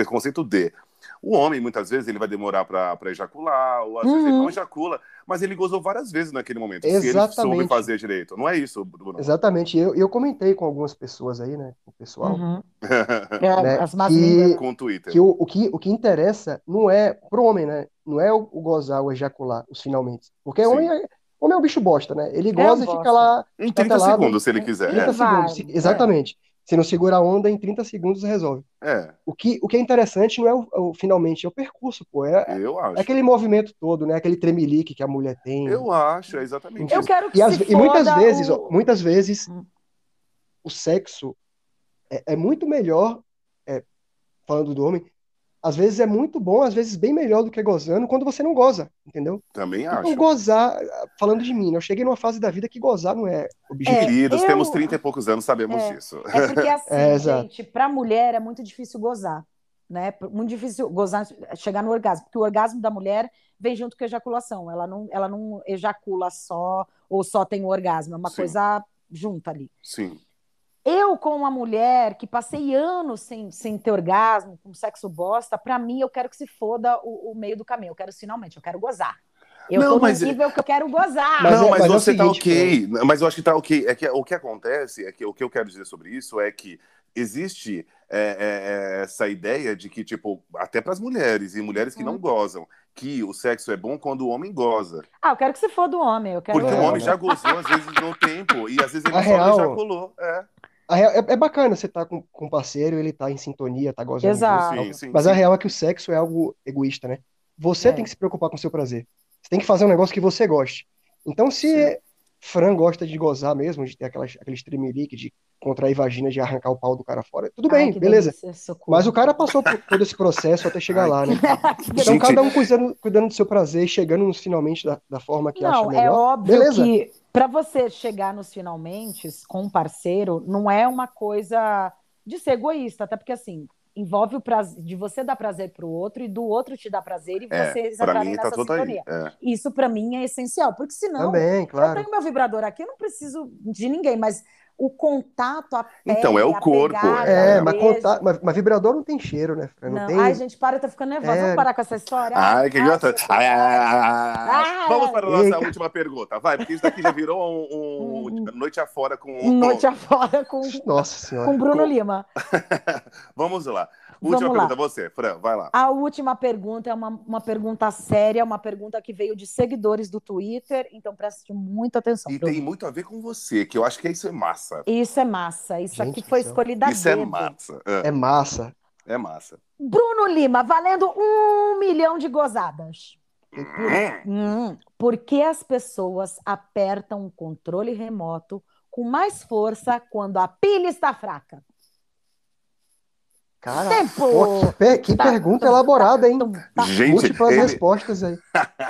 de o homem, muitas vezes, ele vai demorar para ejacular, ou às vezes ele não ejacula, mas ele gozou várias vezes naquele momento.
Exatamente.
Se ele soube fazer direito. Não é isso, Bruno?
Exatamente. Eu comentei com algumas pessoas aí, né? Com o pessoal. Né,
as más línguas.
Com o Twitter.
Que o que interessa não é pro homem, né? Não é o gozar, o ejacular, os finalmente. Porque o homem é um bicho bosta, né? Ele goza e fica lá...
Em 30 segundos, se ele quiser.
30 segundos, exatamente. Se não segura a onda, em 30 segundos resolve. O que é interessante não é finalmente, é o percurso, pô.
Eu acho.
É aquele movimento todo, né? Aquele tremelique que a mulher tem.
Eu acho, é exatamente
isso. Eu quero que
e muitas vezes, o sexo é muito melhor, falando do homem, às vezes é muito bom, às vezes bem melhor do que gozando, quando você não goza, entendeu?
Também acho.
Então, gozar, falando de mim, eu cheguei numa fase da vida que gozar não é objetivo.
Queridos, temos 30 e poucos anos, sabemos disso.
É porque assim, gente, pra mulher é muito difícil gozar, né? Muito difícil gozar, chegar no orgasmo, porque o orgasmo da mulher vem junto com a ejaculação, ela não ejacula só, ou só tem o orgasmo, é uma coisa junta ali.
Sim.
Eu, como uma mulher que passei anos sem ter orgasmo, com sexo bosta, pra mim, eu quero que se foda o meio do caminho. Eu quero gozar. Eu tô no nível que eu quero gozar.
Mas você tá ok. Mas eu acho que tá ok. É que o que acontece, o que eu quero dizer sobre isso é que existe essa ideia de que, tipo, até pras mulheres, e mulheres que não gozam, que o sexo é bom quando o homem goza.
Eu quero que se foda o homem.
Porque o homem já gozou, às vezes, no tempo, e às vezes ele só não ejaculou.
É bacana você estar com um parceiro, ele tá em sintonia, tá gozando junto e tal.
Exato.
Sim, sim,
Mas a
sim.
real é que o sexo é algo egoísta, né? Você tem
É.
que se preocupar com o seu prazer. Você tem que fazer um negócio que você goste. Então,
Sim.
se Fran gosta de gozar mesmo, de ter aqueles tremelique, de contrair vagina, de arrancar o pau do cara fora, tudo
Ai,
bem,
que
beleza.
delícia,
Mas o
socorro.
cara passou por todo esse processo até chegar
Ai,
lá, né?
Que
Então,
delícia.
gente,
cada um cuidando do seu prazer, chegando nos finalmente da forma que acha
Não, é
melhor,
óbvio
beleza.
que para você chegar nos finalmente com um parceiro, não é uma coisa de ser egoísta, até porque assim, envolve o prazer de você dar prazer para o outro e do outro te dar prazer e vocês
pra
entrarem
mim tá
nessa
tudo aí.
sintonia. Isso para mim é essencial, porque senão
Também,
eu
claro.
tenho meu vibrador aqui, eu não preciso de ninguém, mas o contato, a
Então, é
pele,
o
a
corpo.
pegada, o
Mas
beijo.
contar, mas vibrador não tem cheiro, né, Fran? Não
Não. Ai,
tem.
gente, para, eu tô ficando nervosa. Vamos
É,
parar com essa história? Ai,
Ai, que
ai,
gostoso.
socorro. Ai,
Vamos
ai,
para a nossa
eita,
última pergunta. Vai, porque isso daqui já virou
ai.
noite afora
Noite afora
nossa
com
senhora.
Bruno
com...
Lima.
Vamos lá. Última
Vamos
pergunta,
lá.
você, Fran, vai lá.
A última pergunta é uma pergunta séria, uma pergunta que veio de seguidores do Twitter, então preste muita atenção,
E tem
Bruno.
muito a ver com você, que eu acho que isso é massa.
Isso é massa. Isso aqui
Gente do
foi
céu.
escolhido a
Isso é
dedo.
massa.
É massa.
É massa.
Bruno Lima, valendo 1 milhão de gozadas. Por que as pessoas apertam o controle remoto com mais força quando a pilha está fraca?
Cara, pô,
Tempo!
que
Tá,
pergunta
tum, tá,
elaborada, hein?
tum, tá.
Gente,
Múltiplas
ele.
respostas aí.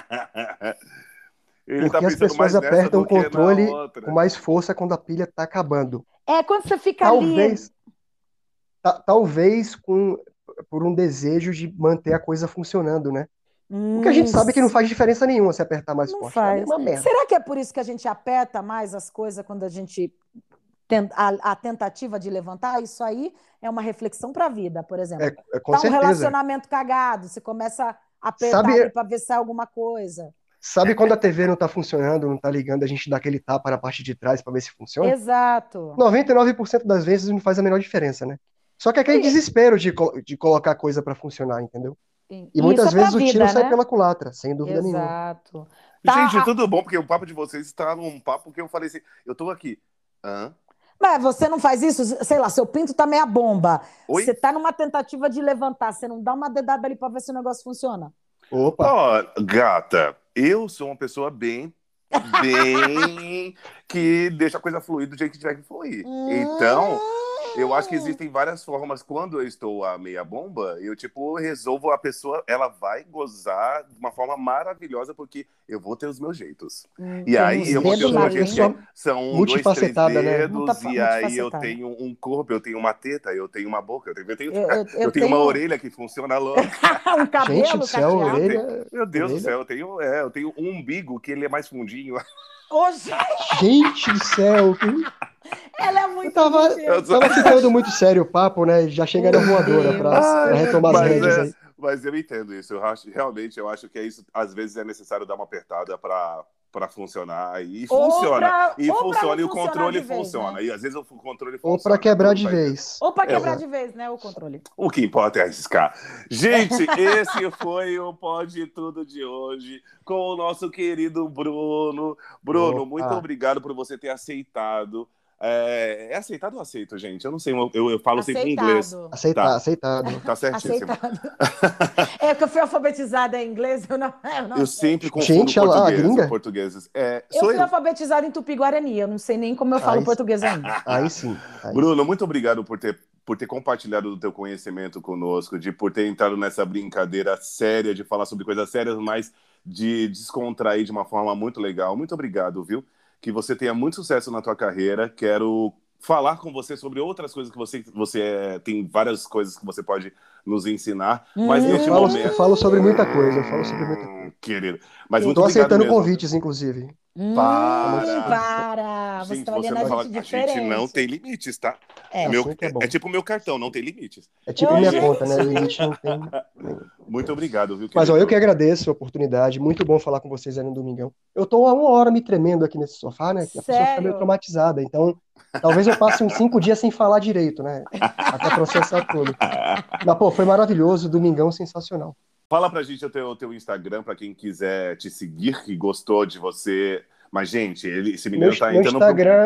Ele tá
Porque as
pensando
pessoas
mais nessa
apertam
do
o
que na
controle com
outra.
mais força quando a pilha tá acabando.
É quando você fica ali.
Talvez, talvez por um desejo de manter a coisa funcionando, né? Porque a gente
Hum,
sabe que não faz diferença nenhuma se apertar mais
não
forte. Dá a
faz.
mesma merda.
Será que é por isso que a gente aperta mais as coisas quando a gente tem a tentativa de levantar? Isso aí é uma reflexão para a vida, por exemplo.
Com
Tá um
certeza.
relacionamento cagado, você começa a apertar ali
Sabe,
para ver se sai alguma coisa.
sabe quando a TV não tá funcionando, não tá ligando, a gente dá aquele tapa na parte de trás para ver se funciona?
Exato.
99% das vezes não faz a menor diferença, né? Só que é aquele
E,
desespero de colocar a coisa para funcionar, entendeu? E
e isso é
muitas
para a
vezes o tiro
vida,
sai
né?
pela culatra, sem dúvida nenhuma.
Exato.
Gente,
Tá,
tudo bom, porque o papo de vocês está num papo que eu falei assim, eu tô aqui. Hã?
mas você não faz isso, sei lá, seu pinto tá meia bomba. Você
Oi?
tá numa tentativa de levantar, você não dá uma dedada ali para ver se o negócio funciona.
Opa,
Ó, gata, eu sou uma pessoa bem que deixa a coisa fluir do jeito que tiver que fluir. Então, eu acho que
Hum,
existem várias formas. Quando eu estou a meia bomba, eu, tipo, resolvo a pessoa, ela vai gozar de uma forma maravilhosa, porque eu vou ter os meus jeitos. E
tem
aí
uns
eu vou ter
dedos
os
isso
meus
é
jeitos, que
malignos.
pessoa
são 2, 3
multifacetada, né?
dedos, e aí eu
Multifacetada.
tenho um corpo, eu tenho uma teta, eu tenho uma boca,
Eu
eu tenho uma
tenho
orelha que funciona louca.
um
Gente do
cabelo
céu,
Eu
cacheado.
tenho,
orelha,
meu Deus do
orelha.
céu, eu tenho um umbigo que ele é mais fundinho.
Hoje
Gente do céu,
ela é
eu
muito
tava,
Eu
inteligente.
sou-
tava ficando muito sério o papo, né? Já chegaria
Meu
voadora pra
Deus,
Ai,
meu
retomar as
mas,
rédeas
Deus.
aí.
mas eu entendo isso. Eu acho, realmente, eu acho que é isso. Às vezes é necessário dar uma apertada para funcionar. E funciona. E
Ou pra não
funciona, e o
funcionar
controle
de vez, né?
funciona. E às vezes o controle
Ou pra
funciona. Tu
quebrar
não
de
tá entendendo?
vez.
Ou para
É,
quebrar
Exato.
de vez, né? O controle.
o que importa é arriscar. Gente, esse foi o Pode Tudo de hoje com o nosso querido Bruno. Bruno, muito
Opa.
obrigado por você ter aceitado. É aceitado ou aceito, gente? Eu não sei, eu falo sempre em inglês.
Aceitado.
Tá,
Aceitado.
tá certíssimo.
Aceitado. É que eu fui alfabetizada em inglês, eu não
Eu
sei.
sempre confundo
Gente, a gringa?
portugueses.
Eu
Sou
fui
eu.
alfabetizada em Tupi-Guarani, eu não sei nem como eu falo
Aí,
português ainda.
aí sim. Aí sim.
Bruno, muito obrigado por ter compartilhado do teu conhecimento conosco, por ter entrado nessa brincadeira séria, de falar sobre coisas sérias, mas de descontrair de uma forma muito legal. Muito obrigado, viu? Que você tenha muito sucesso na tua carreira. Quero falar com você sobre outras coisas que você tem várias coisas que você pode nos ensinar, mas
Eu
neste
falo, eu
momento,
falo sobre muita coisa, eu falo sobre muita coisa.
querido, mas
Eu
muito
Tô
obrigado
aceitando
mesmo.
convites, inclusive.
Para.
para! Você
Gente,
tá
você
olhando a
não fala.
gente
A gente não
diferente.
tem limites, tá?
É.
Meu,
Assim que é
é
bom.
tipo o meu cartão, não tem limites.
É tipo
Ô,
minha
E
conta, né?
gente!
Limite não tem nenhum.
muito obrigado, viu,
Mas ó, eu que
querido?
agradeço a oportunidade. Muito bom falar com vocês aí no domingão. Eu tô há 1 hora me tremendo aqui nesse sofá, né? Que a pessoa fica meio
Sério?
traumatizada. Então, talvez eu passe uns 5 dias sem falar direito, né? Até processar tudo. Mas, pô, foi maravilhoso. Domingão sensacional.
Fala pra gente o teu Instagram, pra quem quiser te seguir, que gostou de você. Mas, gente, esse
Meu,
menino tá
meu
entrando pro.
Instagram,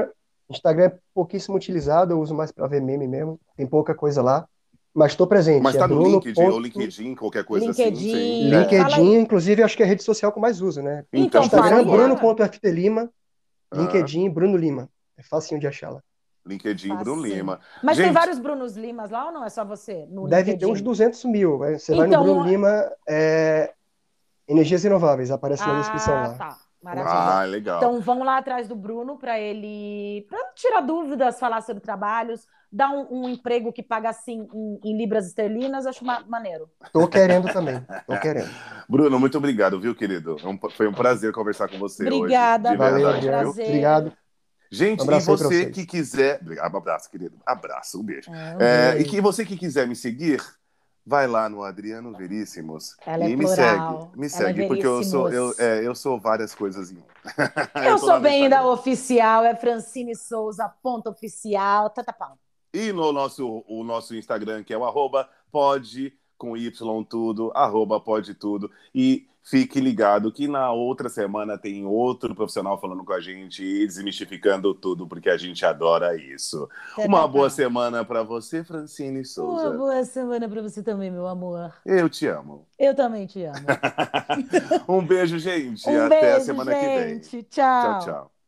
Instagram é pouquíssimo utilizado, eu uso mais para ver meme mesmo. Tem pouca coisa lá. Mas estou presente.
Mas
É
tá no
Bruno.
LinkedIn ou LinkedIn, qualquer coisa assim, sim.
LinkedIn, fala
LinkedIn,
aí.
inclusive, acho que é a rede social que eu mais uso, né?
Então,
Então,
por
fala
Instagram,
aí.
favor.
bruno.ftlima.
Ah,
LinkedIn, Bruno Lima. É facinho de achar lá.
LinkedIn, Bruno
Facinho.
Lima.
Mas tem
Gente,
vários Brunos Limas lá ou não? É só você no
Deve ter uns
LinkedIn?
200 mil. Você vai no Bruno
Então,
Lima, Energias Renováveis, aparece na descrição
ah,
lá.
tá.
É mais fácil.
Maravilha.
legal.
Então, vamos lá atrás do Bruno para tirar dúvidas, falar sobre trabalhos, dar um emprego que paga assim em libras esterlinas, acho maneiro.
Tô querendo também. Tô querendo.
Bruno, muito obrigado, viu, querido? Foi um prazer conversar com você hoje,
Obrigada,
de
Valeu,
Bruno.
verdade,
Adriano.
viu?
Prazer.
Obrigado. Um
Gente, e
abraço aí pra
você que
vocês.
quiser. Obrigado, um abraço, querido. Abraço, um beijo.
É, um beijo.
Você que quiser me seguir, vai lá no Adriano Veríssimos
Ela é
e me segue.
plural.
Me
Ela é
segue, porque
veríssimos.
eu sou várias coisas em um. Eu
Eu
tô
sou
lá no
bem da
Instagram.
oficial, é Francine Souza, ponto oficial. Pau.
E no o nosso Instagram, que é o pode com Y tudo, pode tudo. E fique ligado que na outra semana tem outro profissional falando com a gente e desmistificando tudo, porque a gente adora isso. Uma boa
Pau.
semana para você, Francine
Uma
Souza.
boa semana para você também, meu amor.
Eu te amo.
Eu também te amo.
Um beijo, gente.
Um
Até a
beijo,
semana que vem.
gente.
Tchau,
Tchau.
tchau.